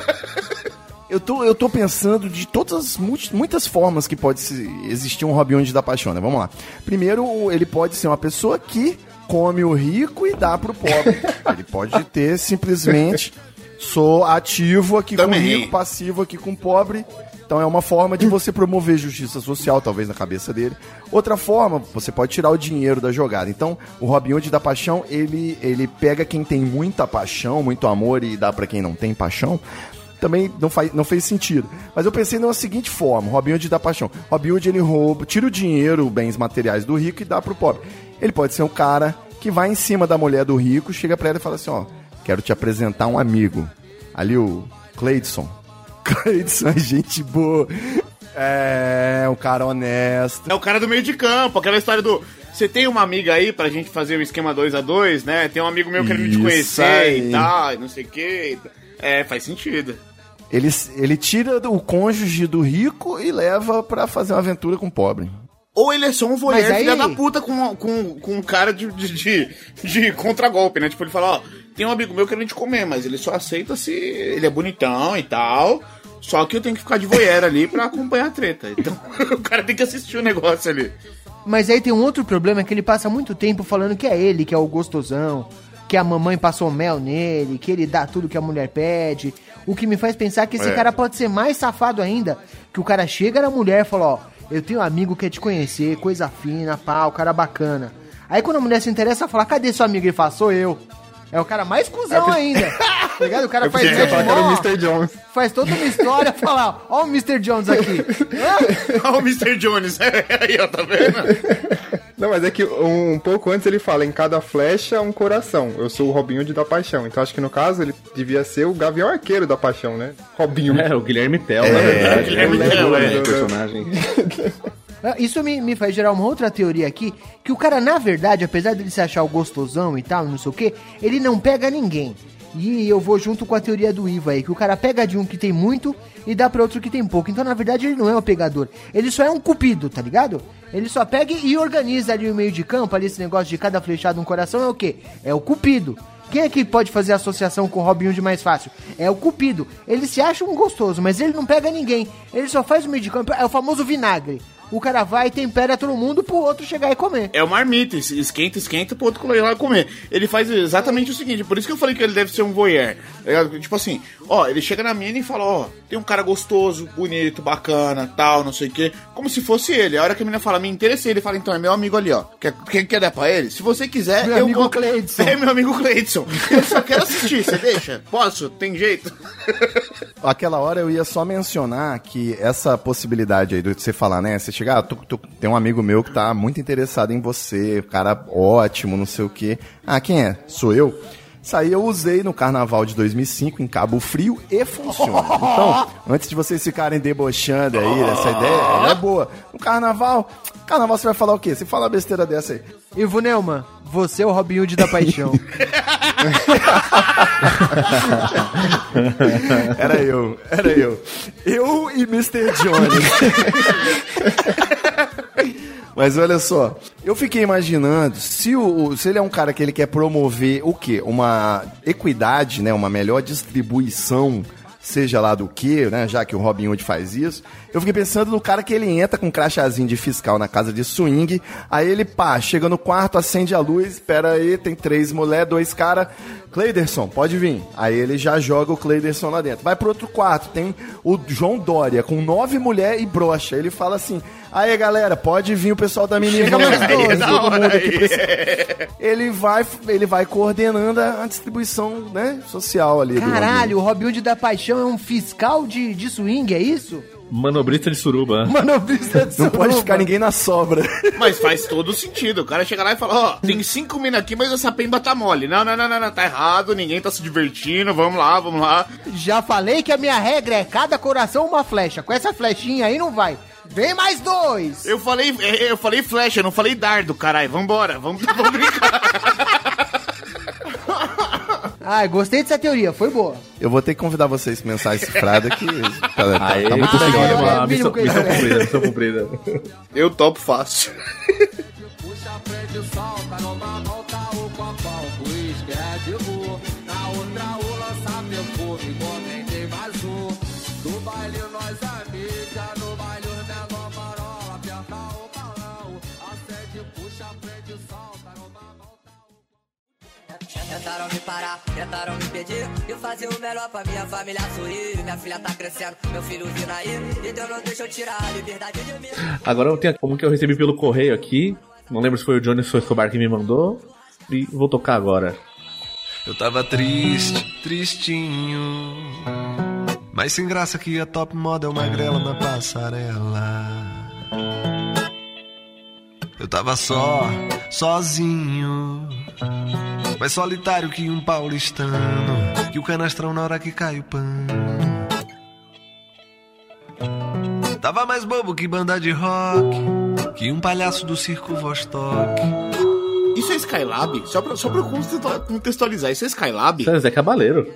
Eu tô, eu tô pensando de todas as multi- muitas formas que pode se- existir um Robin Hood da Paixão, né? Vamos lá. Primeiro, ele pode ser uma pessoa que come o rico e dá pro pobre. Ele pode ter simplesmente, sou ativo aqui Também. com o rico, passivo aqui com o pobre. Então é uma forma de você promover justiça social, talvez na cabeça dele. Outra forma, você pode tirar o dinheiro da jogada. Então, o Robin Hood da Paixão, ele, ele pega quem tem muita paixão, muito amor e dá pra quem não tem paixão. Também não, faz, não fez sentido. Mas eu pensei na seguinte forma, Robin Hood da Paixão. Robin Hood, ele rouba, tira o dinheiro, bens materiais do rico e dá pro pobre. Ele pode ser um cara que vai em cima da mulher do rico, chega pra ela e fala assim, ó, quero te apresentar um amigo. Ali o Cleidson. Cleidson é gente boa. É, um cara honesto. É o cara do meio de campo, aquela história do... Você tem uma amiga aí pra gente fazer o esquema dois a dois, né? Tem um amigo meu querendo te Isso conhecer aí. e tal, e não sei o quê. É, faz sentido. Ele, ele tira o cônjuge do rico e leva pra fazer uma aventura com o pobre. Ou ele é só um voyeur Mas aí- filha da puta com, com, com um cara de, de, de, de contragolpe, né? Tipo, ele fala, ó, tem um amigo meu querendo te comer, mas ele só aceita se ele é bonitão e tal. Só que eu tenho que ficar de voyeur ali pra acompanhar a treta. Então, o cara tem que assistir o negócio ali. Mas aí tem um outro problema, que ele passa muito tempo falando que é ele que é o gostosão, que a mamãe passou mel nele, que ele dá tudo que a mulher pede. O que me faz pensar que esse É. cara pode ser mais safado ainda, que o cara chega na mulher e fala, ó, eu tenho um amigo que quer te conhecer, coisa fina, pau, cara bacana. Aí quando a mulher se interessa, fala, cadê seu amigo? Ele fala, sou eu. É o cara mais cuzão ainda. Tá ligado? O cara Eu faz, pensei que ia falar que era o ó, mister Jones. faz toda uma história, fala, ó o mister Jones aqui. Hã? Olha o mister Jones. Aí, ó, tá vendo? Não, mas é que um, um pouco antes ele fala, em cada flecha um coração. Eu sou o Robin Hood da Paixão. Então acho que no caso ele devia ser o Gavião Arqueiro da Paixão, né? Robin Hood. É, o Guilherme Tell, na verdade. Guilherme né? Tell, O é. personagem. Ah, Isso me, me faz gerar uma outra teoria aqui, que o cara, na verdade, apesar dele se achar o gostosão e tal, não sei o que, ele não pega ninguém. E eu vou junto com a teoria do Ivo aí, que o cara pega de um que tem muito e dá pra outro que tem pouco. Então, na verdade, ele não é um pegador. Ele só é um cupido, tá ligado? Ele só pega e organiza ali o meio de campo, ali esse negócio de cada flechada um coração, é o quê? É o cupido. Quem é que pode fazer associação com o Robin Hood mais fácil? É o Cupido. Ele se acha um gostoso, mas ele não pega ninguém. Ele só faz o meio de campo, é o famoso vinagre. O cara vai, tempera todo mundo pro outro chegar e comer. É o marmita, esquenta, esquenta pro outro ir lá comer. Ele faz exatamente o seguinte, por isso que eu falei que ele deve ser um voyeur. Tá ligado? Tipo assim, ó, ele chega na mina e fala, ó, tem um cara gostoso, bonito, bacana, tal, não sei o quê. Como se fosse ele. A hora que a mina fala, me interessei, ele fala, então, é meu amigo ali, ó. Quer, quer, quer dar pra ele? Se você quiser, Meu eu amigo vou... Cleidson. É, meu amigo Cleidson. Eu só quero assistir, você deixa? Posso? Tem jeito? Aquela hora eu ia só mencionar que essa possibilidade aí de você falar, né? Você chegar, ah, tu, tu, tem um amigo meu que tá muito interessado em você, cara ótimo, não sei o quê. Ah, quem é? Sou eu? Isso aí eu usei no carnaval de dois mil e cinco, em Cabo Frio, e funciona. Então, antes de vocês ficarem debochando aí dessa ideia, ela é boa. No carnaval, carnaval você vai falar o quê? Você fala uma besteira dessa aí. Ivo Neumann, você é o Robin Hood da paixão. Era eu, era eu. Eu e mister Jones. Mas olha só, eu fiquei imaginando, se, o, se ele é um cara que ele quer promover o quê? Uma equidade, né? Uma melhor distribuição, seja lá do que, né? Já que o Robin Hood faz isso. Eu fiquei pensando no cara que ele entra com um crachazinho de fiscal na casa de swing, aí ele, pá, chega no quarto, acende a luz, espera aí, tem três mulheres, dois caras, Cleiderson, pode vir. Aí ele já joga o Cleiderson lá dentro. Vai pro outro quarto, tem o João Dória com nove mulheres e brocha. Ele fala assim, aí galera, pode vir o pessoal da menina. Chega mais Aí, dois, da todo hora mundo aqui aí. precisa- Ele vai, ele vai coordenando a, a distribuição, né, social ali. do Robin Hood. Caralho, o Robin Hood da paixão é um fiscal de, de swing, é isso? Manobrista de suruba. Manobrista de Não pode suruba. ficar ninguém na sobra. Mas faz todo sentido. O cara chega lá e fala, ó, tem cinco minas aqui, mas essa pemba tá mole. Não, não, não, não, não, tá errado, ninguém tá se divertindo, vamos lá, vamos lá. Já falei que a minha regra é cada coração uma flecha. Com essa flechinha aí não vai. Vem mais dois! Eu falei, eu falei flecha, não falei dardo, caralho. Vambora, vamos, vamos brincar. Ai, gostei dessa teoria, foi boa. Eu vou ter que convidar vocês pra mensagem cifrada que tá, tá, Aê, tá muito Ah, legal. é, uma é, missão, mínimo missão que- cumprida, missão cumprida. Eu topo fácil. Puxa a frente, solta, numa volta o copão, o uísque é chegou. Na outra o lança perfume, comentei mais um. No baile nós a mídia, no baile os menor marola. Aperta o balão, acende, puxa, prende, solta. Numa mão tá o... Tentaram me parar, tentaram me impedir. Eu fazia o melhor pra minha família sorrir. Minha filha tá crescendo, meu filho vindo aí. E Deus não deixa eu tirar a liberdade de mim. Agora eu tenho como que eu recebi pelo correio aqui. Não lembro se foi o Johnny ou Escobar que me mandou. E vou tocar agora. Eu tava triste, tristinho, mas sem graça que a top model magrela na passarela. Eu tava só, sozinho, mais solitário que um paulistano, que o canastrão na hora que cai o pano. Tava mais bobo que banda de rock, que um palhaço do circo Vostok. Isso é Skylab? Só pra, só pra contextualizar, isso é Skylab? Isso é Zé Cabaleiro.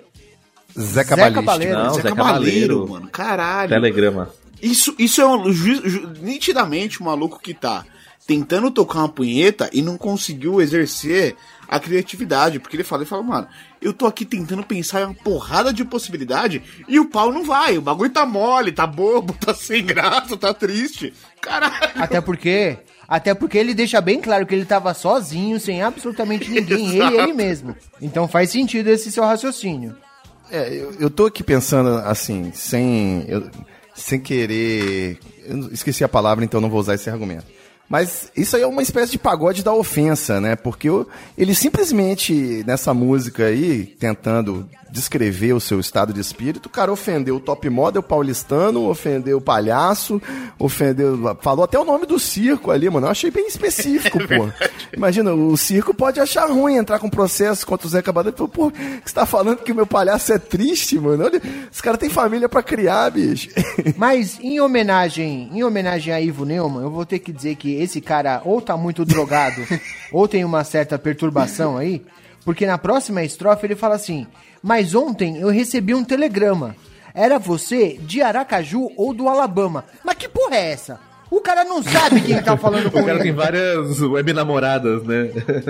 Zé Cabalista. Zé Cabaleiro. Não, Zé Zé Cabaleiro, Cabaleiro, mano. Caralho. Telegrama. Isso, isso é um, ju, ju, nitidamente um maluco que tá tentando tocar uma punheta e não conseguiu exercer a criatividade. Porque ele fala, ele fala, mano, eu tô aqui tentando pensar em uma porrada de possibilidade e o pau não vai. O bagulho tá mole, tá bobo, tá sem graça, tá triste. Caralho. Até porque... Até porque ele deixa bem claro que ele tava sozinho, sem absolutamente ninguém, ele e ele mesmo. Então faz sentido esse seu raciocínio. É, eu, eu tô aqui pensando assim, sem, eu, sem querer... Eu esqueci a palavra, então não vou usar esse argumento. Mas isso aí é uma espécie de pagode da ofensa, né? Porque eu, ele simplesmente, nessa música aí, tentando descrever o seu estado de espírito, o cara ofendeu o top model paulistano, ofendeu o palhaço, ofendeu... Falou até o nome do circo ali, mano. Eu achei bem específico, pô. Imagina, o circo pode achar ruim entrar com processo contra o Zé Cabaleiro. Pô, que você tá falando que o meu palhaço é triste, mano? Olha, os caras têm família pra criar, bicho. Mas em homenagem, em homenagem a Ivo Neumann, eu vou ter que dizer que esse cara ou tá muito drogado, ou tem uma certa perturbação aí, porque na próxima estrofe ele fala assim: mas ontem eu recebi um telegrama. Era você de Aracaju ou do Alabama. Mas que porra é essa? O cara não sabe quem tá falando com ele. O cara tem várias web namoradas, né?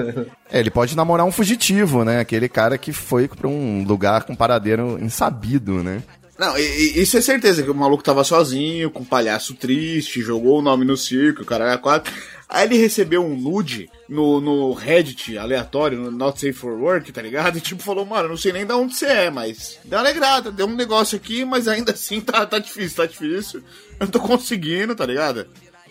É, ele pode namorar um fugitivo, né? Aquele cara que foi pra um lugar com paradeiro insabido, né? Não, e, e, isso é certeza, que o maluco tava sozinho, com um palhaço triste, jogou o nome no circo, o cara era quatro. Aí ele recebeu um nude no, no Reddit aleatório, no Not Safe for Work, tá ligado? E tipo, falou, mano, não sei nem de onde você é, mas deu uma alegrada, deu um negócio aqui, mas ainda assim tá, tá difícil, tá difícil. Eu não tô conseguindo, tá ligado?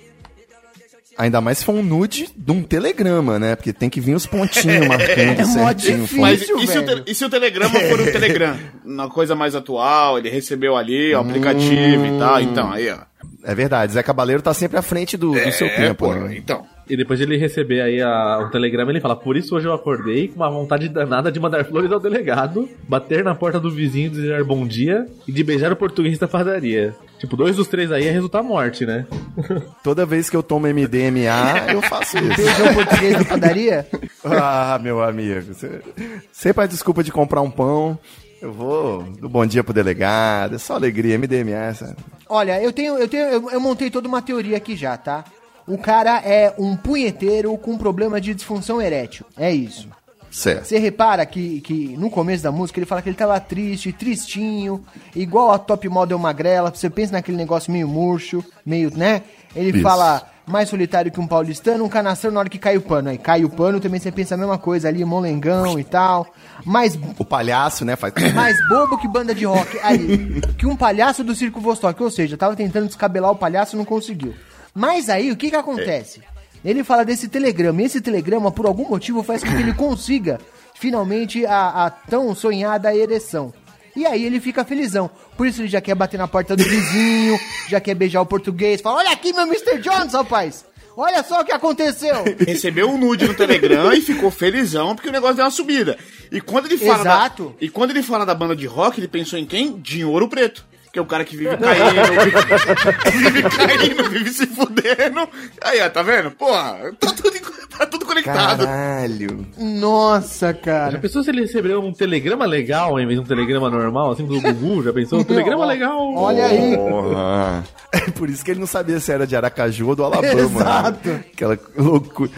Ainda mais se for um nude de um telegrama, né? Porque tem que vir os pontinhos marcando É mó certinho. difícil. Mas e se, o velho. te, e se o telegrama for um Telegram? Uma coisa mais atual, ele recebeu ali, o aplicativo e tal, então, aí, ó. É verdade, Zé Cabaleiro tá sempre à frente do, do seu tempo, pô, né? então. E depois de ele receber aí a, um telegrama, ele fala: por isso hoje eu acordei com uma vontade danada de mandar flores ao delegado, bater na porta do vizinho, desejar bom dia e de beijar o português da padaria. Tipo, dois dos três aí ia resultar morte, né? Toda vez que eu tomo M D M A, eu faço isso. Beijou o português da padaria? Ah, meu amigo, você... sempre a desculpa de comprar um pão. Eu vou do bom dia pro delegado, é só alegria, M D M A, sabe? Olha, eu tenho, eu tenho, eu, eu montei toda uma teoria aqui já, tá? O cara é um punheteiro com problema de disfunção erétil. É isso. Certo. Você repara que, que no começo da música ele fala que ele tava triste, tristinho, igual a Top Model magrela. Você pensa naquele negócio meio murcho, meio, né? Ele Isso. fala mais solitário que um paulistano, um canastrão na hora que cai o pano. Aí cai o pano, também você pensa a mesma coisa ali, molengão e tal. Mais, O palhaço, né? Faz... mais bobo que banda de rock. Aí, que um palhaço do Circo Vostok. Ou seja, tava tentando descabelar o palhaço e não conseguiu. Mas aí, o que que acontece? Ele fala desse telegrama, e esse telegrama, por algum motivo, faz com que ele consiga, finalmente, a, a tão sonhada ereção. E aí ele fica felizão. Por isso ele já quer bater na porta do vizinho, já quer beijar o português, fala: olha aqui meu mister Jones, rapaz! Olha só o que aconteceu! Recebeu um nude no Telegram e ficou felizão porque o negócio deu uma subida. E quando ele fala Exato. Da, e quando ele fala da banda de rock, ele pensou em quem? Dinho Ouro Preto. Que é o cara que vive caindo, vive, vive caindo, vive se fudendo. Aí, ó, tá vendo? Porra, tá tudo, tá tudo conectado. Caralho. Nossa, Já cara. pensou se ele recebeu um telegrama legal em vez de um telegrama normal, assim, do Gugu? Já pensou? Um telegrama legal. Olha aí. Porra. É por isso que ele não sabia se era de Aracaju ou do Alabama. Exato. Né? Aquela loucura.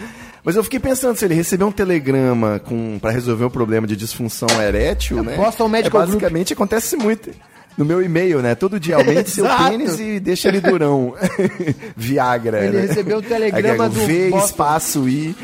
Mas eu fiquei pensando, se ele receber um telegrama com, pra resolver um problema de disfunção erétil, né? Boston Medical é, basicamente Group. Acontece muito. No meu e-mail, né? Todo dia aumente seu pênis e deixa ele durão. Viagra. Ele né? recebeu um telegrama do V, Boston. espaço I.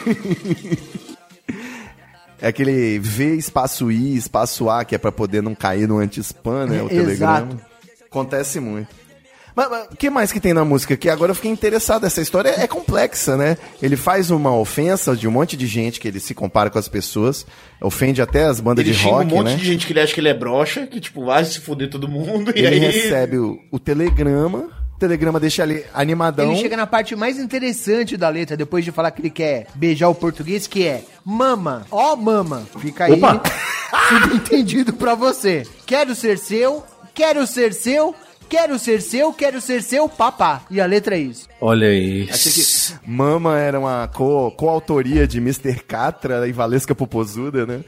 É aquele V, espaço I, espaço A, que é pra poder não cair no anti-spam, né? O Exato. telegrama. Acontece muito. Mas o que mais que tem na música aqui? Agora eu fiquei interessado. Essa história é complexa, né? Ele faz uma ofensa de um monte de gente que ele se compara com as pessoas. Ofende até as bandas ele de rock, um monte né? de gente que ele acha que ele é broxa, que tipo, vai se fuder todo mundo. E Ele aí... recebe o, o telegrama. O telegrama deixa ele animadão. Ele chega na parte mais interessante da letra, depois de falar que ele quer beijar o português, que é mama, ó mama. Fica aí Opa! subentendido pra você. Quero ser seu, quero ser seu, quero ser seu, quero ser seu, papá. E a letra é isso. Olha aí. Achei que Mama era uma co- coautoria de mister Catra e Valesca Popozuda, né?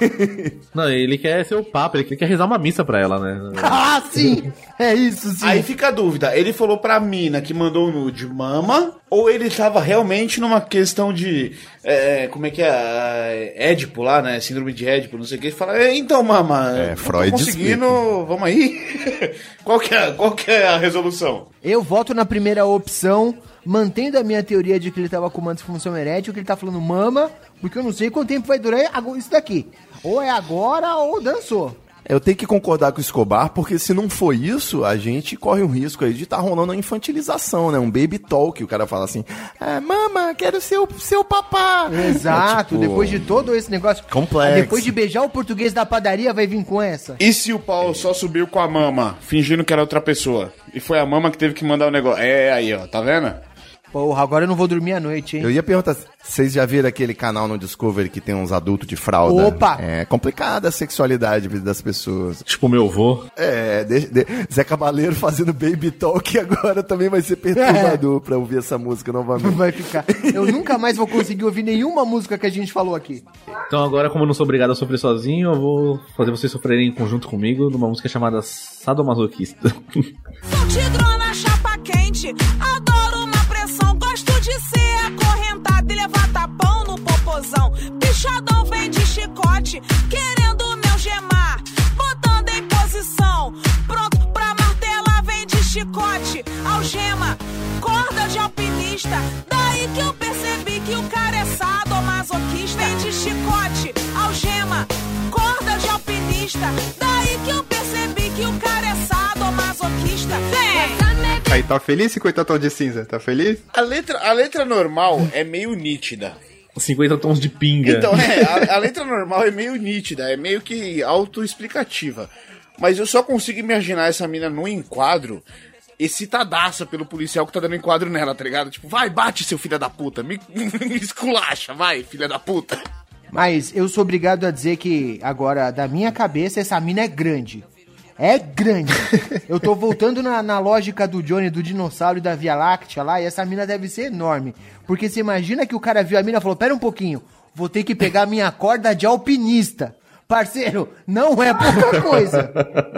Não, ele quer ser o papa, ele quer rezar uma missa pra ela, né? Ah, sim! É isso, sim. Aí fica a dúvida, ele falou pra mina que mandou o nude mama, ou ele tava realmente numa questão de, é, como é que é, Édipo lá, né, síndrome de Édipo, não sei o que, ele fala, "É, então mama, É, não Freud tô conseguindo, explica. vamos aí, qual, que é, qual que é a resolução?" Eu voto na primeira opção, mantendo a minha teoria de que ele tava com uma disfunção erétil, que ele tá falando mama, porque eu não sei quanto tempo vai durar isso daqui. Ou é agora ou dançou. Eu tenho que concordar com o Escobar, porque se não for isso, a gente corre um risco aí de estar tá rolando uma infantilização, né? Um baby talk, o cara fala assim, ah, mama, quero ser o seu papá. Exato, É, tipo, depois de todo esse negócio. complexo. Depois de beijar o português da padaria, vai vir com essa. E se o pau só subiu com a mama, fingindo que era outra pessoa, e foi a mama que teve que mandar o negócio, é aí ó, tá vendo? Porra, agora eu não vou dormir à noite, hein? Eu ia perguntar, vocês já viram aquele canal no Discovery que tem uns adultos de fralda? Opa! É complicada a sexualidade das pessoas. Tipo meu avô. É, de, de, Zé Cabaleiro fazendo baby talk agora também vai ser perturbador pra ouvir essa música novamente. Vai ficar. Eu nunca mais vou conseguir ouvir nenhuma música que a gente falou aqui. Então agora, como eu não sou obrigado a sofrer sozinho, eu vou fazer vocês sofrerem em conjunto comigo numa música chamada Sadomasoquista. Sou tigrona, chapa quente, adoro uma pressão, gosto de ser acorrentada e levar tapão no popozão. Pichadão vem de chicote, querendo meu gemar, botando em posição, pronto pra martelar, vem de chicote, algema, corda de alpinista, daí que eu percebi que o cara é sadomasoquista. Vem de chicote, algema, corda de alpinista, daí que eu percebi que o cara é sadomasoquista. Vem! Aí, tá feliz, cinquenta tons de cinza? Tá feliz? A letra, a letra normal é meio nítida. cinquenta tons de pinga. Então, é, a, a letra normal é meio nítida, é meio que autoexplicativa. Mas eu só consigo imaginar essa mina no enquadro excitadaça pelo policial que tá dando enquadro nela, tá ligado? Tipo, vai, bate, seu filho da puta, me, me esculacha, vai, filha da puta. Mas eu sou obrigado a dizer que, agora, da minha cabeça, essa mina é grande. É grande. Eu tô voltando na, na lógica do Johnny, do dinossauro e da Via Láctea lá, e essa mina deve ser enorme. Porque você imagina que o cara viu a mina e falou, pera um pouquinho, vou ter que pegar minha corda de alpinista. Parceiro, não é pouca coisa.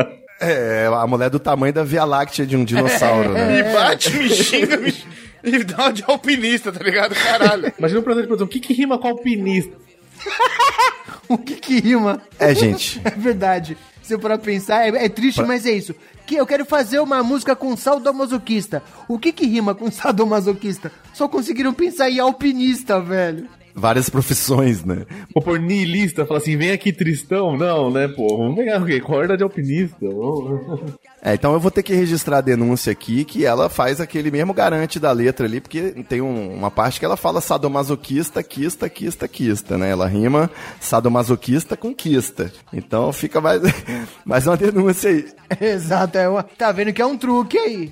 É, a mulher do tamanho da Via Láctea de um dinossauro, né? Me bate, me xinga, me, me dá uma de alpinista, tá ligado? Caralho. Imagina o professor de produção, o que que rima com alpinista? O que que rima? É, gente. É verdade. Se eu for pensar, é, é triste, pra... mas é isso. Que eu quero fazer uma música com sadomasoquista. O que que rima com sadomasoquista? Só conseguiram pensar em alpinista, velho. Várias profissões, né? Vou pôr niilista, falar assim, vem aqui Tristão. Não, né, pô, vamos pegar o quê? Corda de alpinista. É, então eu vou ter que registrar a denúncia aqui, que ela faz aquele mesmo garante da letra ali, porque tem um, uma parte que ela fala sadomasoquista, quista, quista, quista, né? Ela rima sadomasoquista com quista. Então fica mais, mais uma denúncia aí. Exato, é uma... tá vendo que é um truque aí.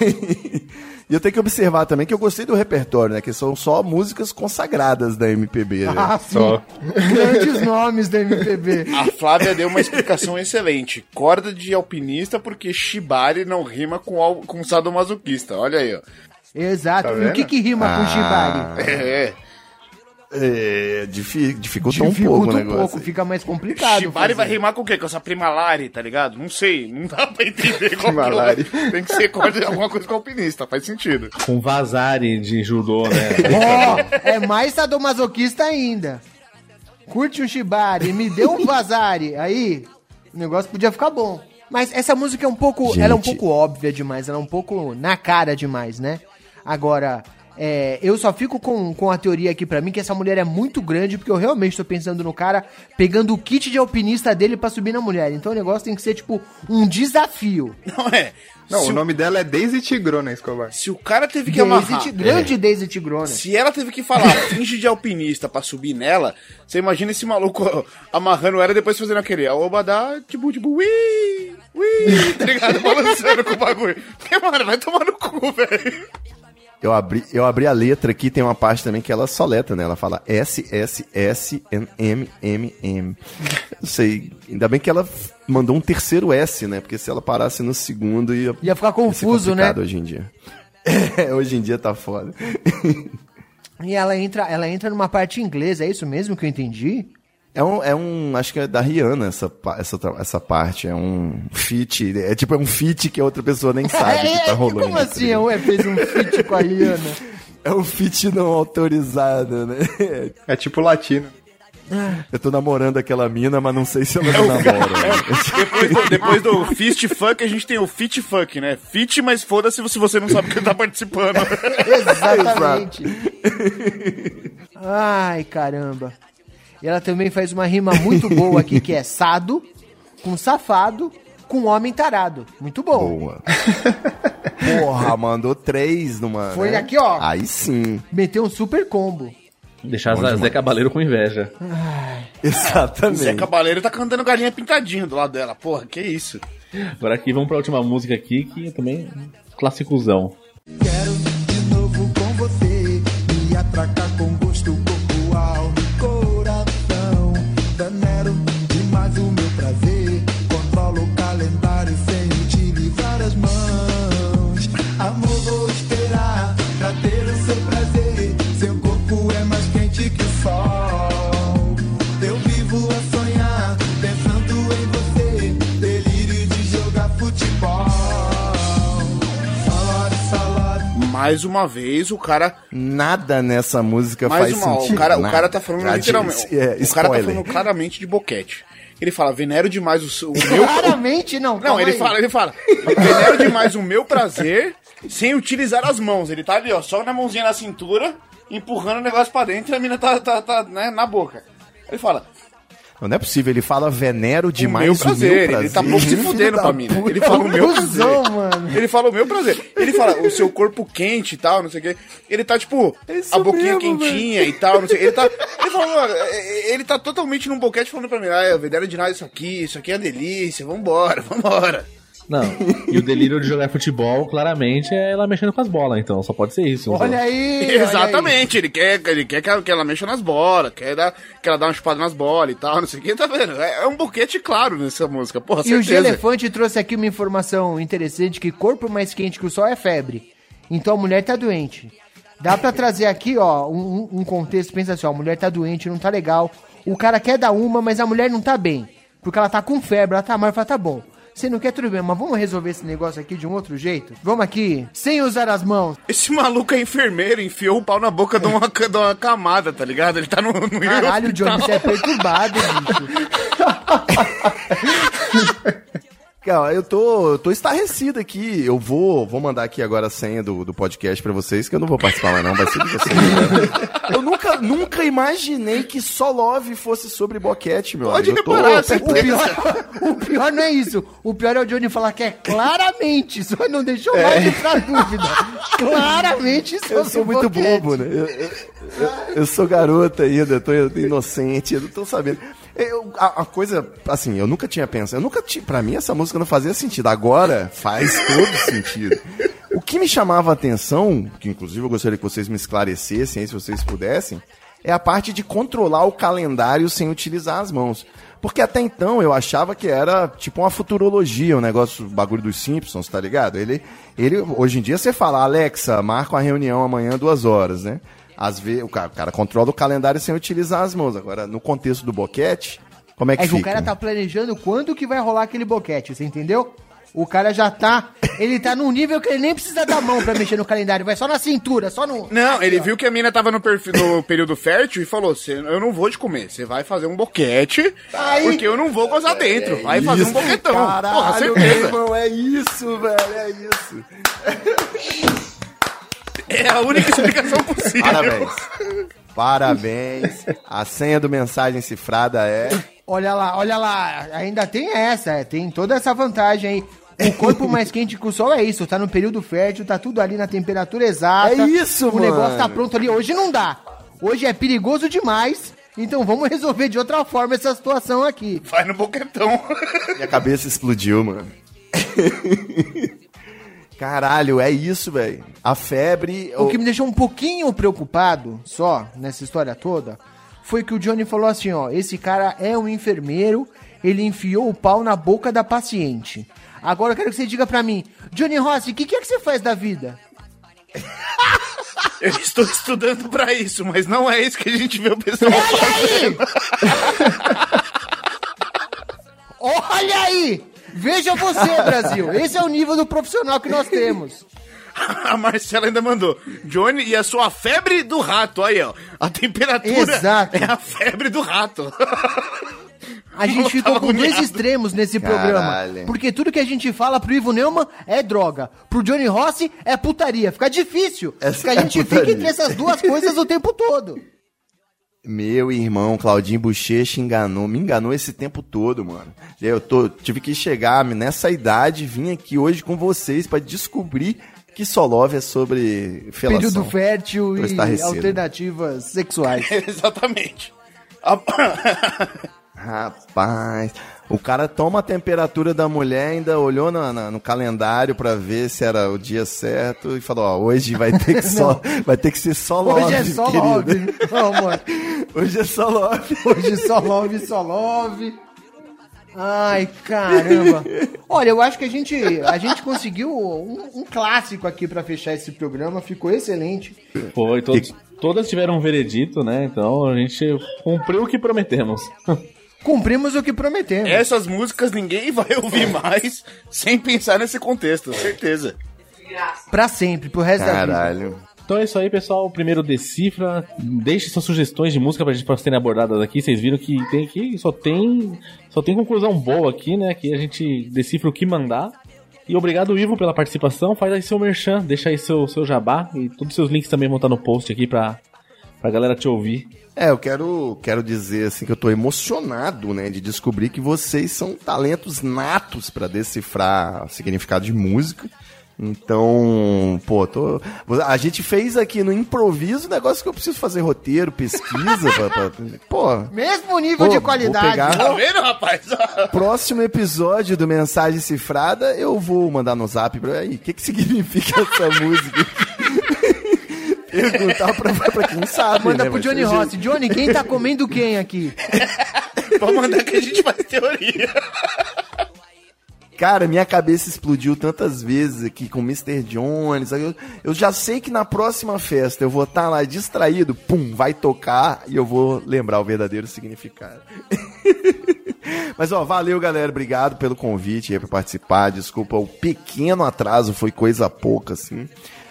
E eu tenho que observar também que eu gostei do repertório, né? Que são só músicas consagradas da M P B, né? Ah, sim. Só. Grandes nomes da M P B. A Flávia deu uma explicação excelente. Corda de alpinista porque shibari não rima com, al... com sadomasoquista. Olha aí, ó. Exato. Tá e o que que rima Ah. com shibari? É. É, difi- dificulta um Dificulta pouco o um negócio. pouco, fica mais complicado. Shibari vai fazer. rimar com o quê? Com essa prima Lari, tá ligado? Não sei, não dá pra entender qual que Prima é o- Lari. Tem que ser coisa- alguma coisa com alpinista, faz sentido. Com vazare de judô, né? Ó, é mais sadomasoquista ainda. Curte um shibari, me deu um vazare. Aí, o negócio podia ficar bom. Mas essa música é um pouco, Gente. ela é um pouco óbvia demais, ela é um pouco na cara demais, né? Agora, é, eu só fico com, com a teoria aqui pra mim que essa mulher é muito grande, porque eu realmente tô pensando no cara pegando o kit de alpinista dele pra subir na mulher. Então o negócio tem que ser, tipo, um desafio. Não é? Não, se o nome dela é Daisy Tigrona, Escobar. Se o cara teve que Daisy amarrar... Ti- grande Daisy Tigrona. Se ela teve que falar finge de alpinista pra subir nela, você imagina esse maluco amarrando ela e depois fazendo aquele obadá, tipo, tipo, ui, ui, tá ligado? Balançando com o bagulho. Porque, mano, vai tomar no cu, velho. Eu abri, eu abri a letra aqui, tem uma parte também que ela soleta, né? Ela fala S, S, S, M, M, M, M. Não sei, ainda bem que ela f- mandou um terceiro S, né? Porque se ela parasse no segundo ia... Ia ficar ia ser confuso, né? complicado hoje em dia. É, hoje em dia tá foda. E ela entra, ela entra numa parte inglesa, é isso mesmo que eu entendi? É um, é um, acho que é da Rihanna essa, pa- essa, tra- essa parte, é um feat, é tipo é um feat que a outra pessoa nem sabe que tá rolando. Como tá assim? ligado? Ué, fez um feat com a Rihanna? É um feat não autorizado, né? É tipo latino. Eu tô namorando aquela mina, mas não sei se ela me namora. né? Depois do, depois do fist fuck, a gente tem o fit fuck, né? Fit, mas foda-se se você não sabe que ele tá participando. Exatamente. Ai, caramba. E ela também faz uma rima muito boa aqui, que é sado, com safado, com homem tarado. Muito bom. Boa. Porra, mandou três numa. Foi né? aqui, ó. Aí sim. Meteu um super combo. Deixar Zé Zé Cabaleiro com inveja. O Exatamente. Zé Cabaleiro tá cantando galinha pintadinha do lado dela. Porra, que isso? Agora aqui, vamos pra última música aqui, que é também um classicuzão. Quero de novo com você, me atracar com gosto, corpo, alma e coração. Venero demais o meu prazer, controlo o calendário sem utilizar as mãos. Amor, vou esperar pra ter o seu prazer, seu corpo é mais quente que o sol. Eu vivo a sonhar, pensando em você, delírio de jogar futebol. Salade, salade. Mais uma vez, o cara... Nada nessa música Mais faz uma, sentido. o cara, o nada. cara tá falando Já literalmente... disse, é, o cara tá spoiler. falando claramente de boquete. Ele fala, venero demais o, seu- o meu... Claramente não. Não, calma ele aí. fala, ele fala, venero demais o meu prazer sem utilizar as mãos. Ele tá ali, ó, só na mãozinha na cintura, empurrando o negócio pra dentro e a mina tá, tá, tá né, na boca. Ele fala, Não, não é possível, ele fala venero o demais meu prazer. o meu prazer. Ele tá pouco se fudendo pra mina. Ele fala o meu prazer. Cusão, mano. Ele fala o meu prazer. Ele fala o seu corpo quente e tal, não sei o quê. Ele tá, tipo, a boquinha mesmo, quentinha e tal, não sei o quê. Ele tá, ele, fala, mano, ele tá totalmente num boquete falando pra mim, ah, eu venero de nada isso aqui, isso aqui é uma delícia, vambora, vambora. Não, e o delírio de jogar futebol, claramente, é ela mexendo com as bolas, então, só pode ser isso. Olha então. aí. Exatamente, ele quer, ele quer que ela, que ela mexa nas bolas, quer dar, que ela dá uma chupada nas bolas e tal, não sei o que, tá vendo? É, é um boquete claro nessa música, porra, E o G certeza. Elefante trouxe aqui uma informação interessante, que corpo mais quente que o sol é febre. Então a mulher tá doente. Dá pra trazer aqui, ó, um, um contexto, pensa assim, ó, a mulher tá doente, não tá legal. O cara quer dar uma, mas a mulher não tá bem. Porque ela tá com febre, ela tá mal, fala, tá bom. Você não quer tudo bem, mas vamos resolver esse negócio aqui de um outro jeito? Vamos aqui, sem usar as mãos. Esse maluco é enfermeiro, enfiou o pau na boca de uma, de uma camada, tá ligado? Ele tá no, no Caralho, hospital. Johnny, você é perturbado, bicho. Cara, eu tô, eu tô estarrecido aqui. Eu vou, vou mandar aqui agora a senha do, do podcast pra vocês, que eu não vou participar mais não, vai ser de vocês. Né? Eu nunca, nunca imaginei que só Love fosse sobre boquete, meu Pode amigo. Eu reparar, tô você- O pior, o pior não é isso. O pior é o Johnny falar que é claramente, só não deixou mais pra dúvida. Claramente isso Eu sou muito bobo, né? Eu, eu, eu, eu sou garota ainda, eu tô inocente, eu não tô sabendo. Eu, a, a coisa, assim, eu nunca tinha pensado, eu nunca tinha, pra mim essa música não fazia sentido, agora faz todo sentido. O que me chamava a atenção, que inclusive eu gostaria que vocês me esclarecessem aí, se vocês pudessem, é a parte de controlar o calendário sem utilizar as mãos. Porque até então eu achava que era tipo uma futurologia, um negócio, o bagulho dos Simpsons, tá ligado? Ele, ele, hoje em dia você fala, Alexa, marca uma reunião amanhã duas horas, né? Às vezes, o cara, o cara controla o calendário sem utilizar as mãos. Agora, no contexto do boquete, como é que É que fica? o cara tá planejando quando que vai rolar aquele boquete, você entendeu? O cara já tá... Ele tá num nível que ele nem precisa da mão pra mexer no calendário. Vai só na cintura, só no... Não, aqui, ele ó. viu que a mina tava no, perfil, no período fértil e falou, "Cê- eu não vou te comer, você vai fazer um boquete, Aí- porque eu não vou gozar dentro. Vai fazer um boquetão. Porra, Caralho, meu certeza. irmão, é isso, velho, é isso. É a única explicação possível. Parabéns. Parabéns. A senha do Mensagem Cifrada é... Olha lá, olha lá. Ainda tem essa, é, tem toda essa vantagem aí. O corpo mais quente que o sol é isso, tá no período fértil, tá tudo ali na temperatura exata. É isso, o mano. O negócio tá pronto ali. Hoje não dá. Hoje é perigoso demais. Então vamos resolver de outra forma essa situação aqui. Vai no boquetão. Minha cabeça explodiu, mano. Caralho, é isso, velho. A febre... O que me deixou um pouquinho preocupado, só, nessa história toda, foi que o Johnny falou assim, ó, esse cara é um enfermeiro, ele enfiou o pau na boca da paciente. Agora eu quero que você diga pra mim, Johnny Rossi, o que, que é que você faz da vida? Eu estou estudando pra isso, mas não é isso que a gente vê o pessoal fazendo. Olha aí! Veja você, Brasil! Esse é o nível do profissional que nós temos. A Marcela ainda mandou, Johnny, e a sua febre do rato, aí ó, a temperatura Exato. é a febre do rato. A gente ficou com dois extremos nesse programa. Caralho. Porque tudo que a gente fala pro Ivo Neumann é droga. Pro Johnny Rossi é putaria. Fica difícil. Essa Porque a é gente putaria. fica entre essas duas coisas o tempo todo. Meu irmão, Claudinho Bochecha enganou, me enganou esse tempo todo, mano. Eu tô, tive que chegar nessa idade, vim aqui hoje com vocês pra descobrir que só love é sobre felação. Período fértil Tô e estarrecido. alternativas sexuais. Exatamente. A- Rapaz, o cara toma a temperatura da mulher, ainda olhou na- na- no calendário pra ver se era o dia certo e falou, ó, hoje vai ter que, só, vai ter que ser só love, Hoje é só querido. love. Não, amor. Hoje é só love. Hoje só love, só love. Ai, caramba. Olha, eu acho que a gente, a gente conseguiu um, um clássico aqui pra fechar esse programa. Ficou excelente. Foi, todos, todas tiveram um veredito, né? Então a gente cumpriu o que prometemos. Cumprimos o que prometemos. Essas músicas ninguém vai ouvir mais sem pensar nesse contexto, certeza. Pra sempre, pro resto da vida. Caralho. Então é isso aí, pessoal. Primeiro decifra. Deixe suas sugestões de música pra gente pra serem abordadas aqui. Vocês viram que tem aqui, só tem, só tem conclusão boa aqui, né? Que a gente decifra o que mandar. E obrigado, Ivo, pela participação. Faz aí seu merchan, deixa aí seu, seu jabá. E todos os seus links também vão estar no post aqui pra, pra galera te ouvir. É, eu quero, quero dizer assim que eu tô emocionado, né, de descobrir que vocês são talentos natos pra decifrar o significado de música. Então, pô, tô, a gente fez aqui no improviso negócio que eu preciso fazer roteiro, pesquisa, pra, pra, pô. Mesmo nível Pô, de vou qualidade. pegar- Tá vendo, rapaz? Próximo episódio do Mensagem Cifrada, eu vou mandar no zap pra aí, o que que significa essa música? Perguntar pra, pra quem sabe, Manda né, pro mas Johnny tem Rossi. Johnny, quem tá comendo quem aqui? Pode mandar que a gente faz teoria. Cara, minha cabeça explodiu tantas vezes aqui com o mister Jones. Eu, eu já sei que na próxima festa eu vou estar lá distraído, pum, vai tocar e eu vou lembrar o verdadeiro significado. Mas, ó, valeu, galera. Obrigado pelo convite aí pra participar. Desculpa, o pequeno atraso foi coisa pouca, assim.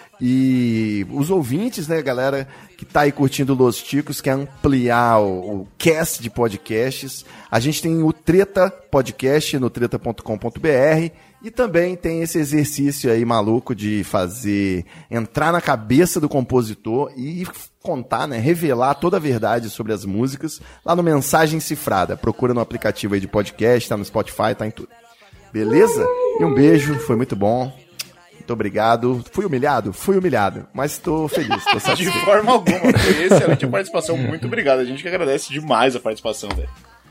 E os ouvintes, né, galera, que tá aí curtindo Los Ticos, quer ampliar o, o cast de podcasts, a gente tem o Treta Podcast no treta ponto com ponto b r e também tem esse exercício aí maluco de fazer, entrar na cabeça do compositor e contar, né, revelar toda a verdade sobre as músicas lá no Mensagem Cifrada. Procura no aplicativo aí de podcast, tá no Spotify, tá em tudo. Beleza? E um beijo, foi muito bom. Muito obrigado. Fui humilhado? Fui humilhado. Mas tô feliz, tô De satisfeito. forma alguma. Foi excelente a participação. Muito obrigado. A gente que agradece demais a participação, velho.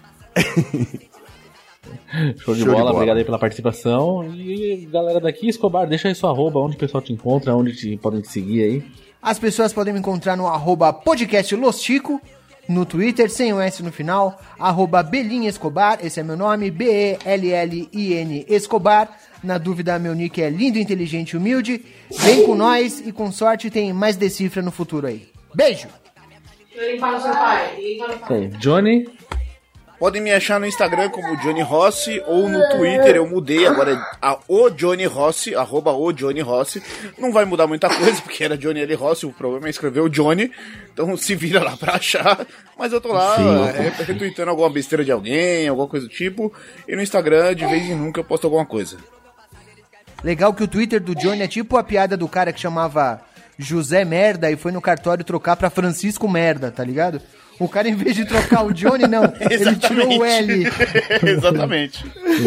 Show de Show de bola, bola. obrigado aí pela participação. E galera daqui, Escobar, deixa aí sua arroba, onde o pessoal te encontra, onde te, podem te seguir aí. As pessoas podem me encontrar no arroba podcast Los Tico, no Twitter, sem o S no final, arroba Belin Escobar, esse é meu nome, B E L L I N Escobar. Na dúvida, meu nick é lindo, inteligente e humilde. Vem com nós e com sorte tem mais Decifra no futuro aí. Beijo! Limpar no seu pai. Limpar no pai. Johnny? Podem me achar no Instagram como Johnny Rossi ou no Twitter, eu mudei, agora é a, o Johnny Rossi, arroba o Johnny Rossi. Não vai mudar muita coisa, porque era Johnny L. Rossi, o problema é escrever o Johnny, então se vira lá pra achar. Mas eu tô lá é, retweetando alguma besteira de alguém, alguma coisa do tipo, e no Instagram, de vez em nunca, eu posto alguma coisa. Legal que o Twitter do Johnny é tipo a piada do cara que chamava José Merda e foi no cartório trocar pra Francisco Merda, tá ligado? O cara, em vez de trocar o Johnny, não, ele tirou o L. Exatamente.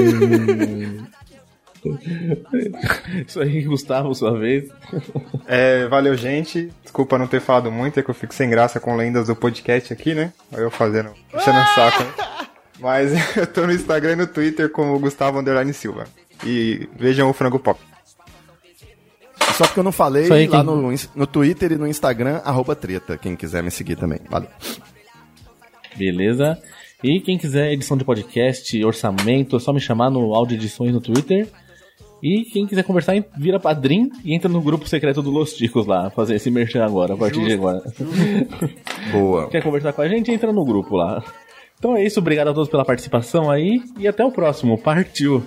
Isso aí, Gustavo, sua vez. É, valeu, gente. Desculpa não ter falado muito, é que eu fico sem graça com lendas do podcast aqui, né? Aí eu fazendo, puxando um saco, né? Mas eu tô no Instagram e no Twitter como Gustavo Underline Silva. E vejam o Frango Pop. Só porque eu não falei, aí, lá quem... no, no Twitter e no Instagram, arroba treta, quem quiser me seguir também. Valeu. Beleza. E quem quiser edição de podcast, orçamento, é só me chamar no Áudio Edições no Twitter. E quem quiser conversar, vira padrinho e entra no grupo secreto do Los Ticos lá, fazer esse merchan agora, a partir Justo. de agora. Boa. Quer conversar com a gente? Entra no grupo lá. Então é isso, obrigado a todos pela participação aí e até o próximo. Partiu!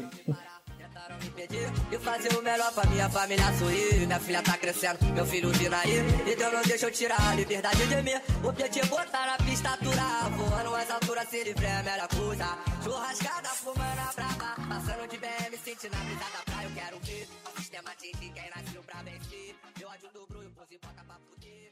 E fazer o melhor pra minha família sorrir. Minha filha tá crescendo, meu filho vindo aí. E Deus não deixa eu tirar a liberdade de mim. O objetivo é botar na pista aturar. Voando as alturas, se livre é a melhor coisa. Churrascada, fumando a brava. Passando de B M, sentindo a brisa da praia. Eu quero ver o sistema atingir quem nasceu pra vencer. Eu ajudo o Bruno, pose e bota pra fuder.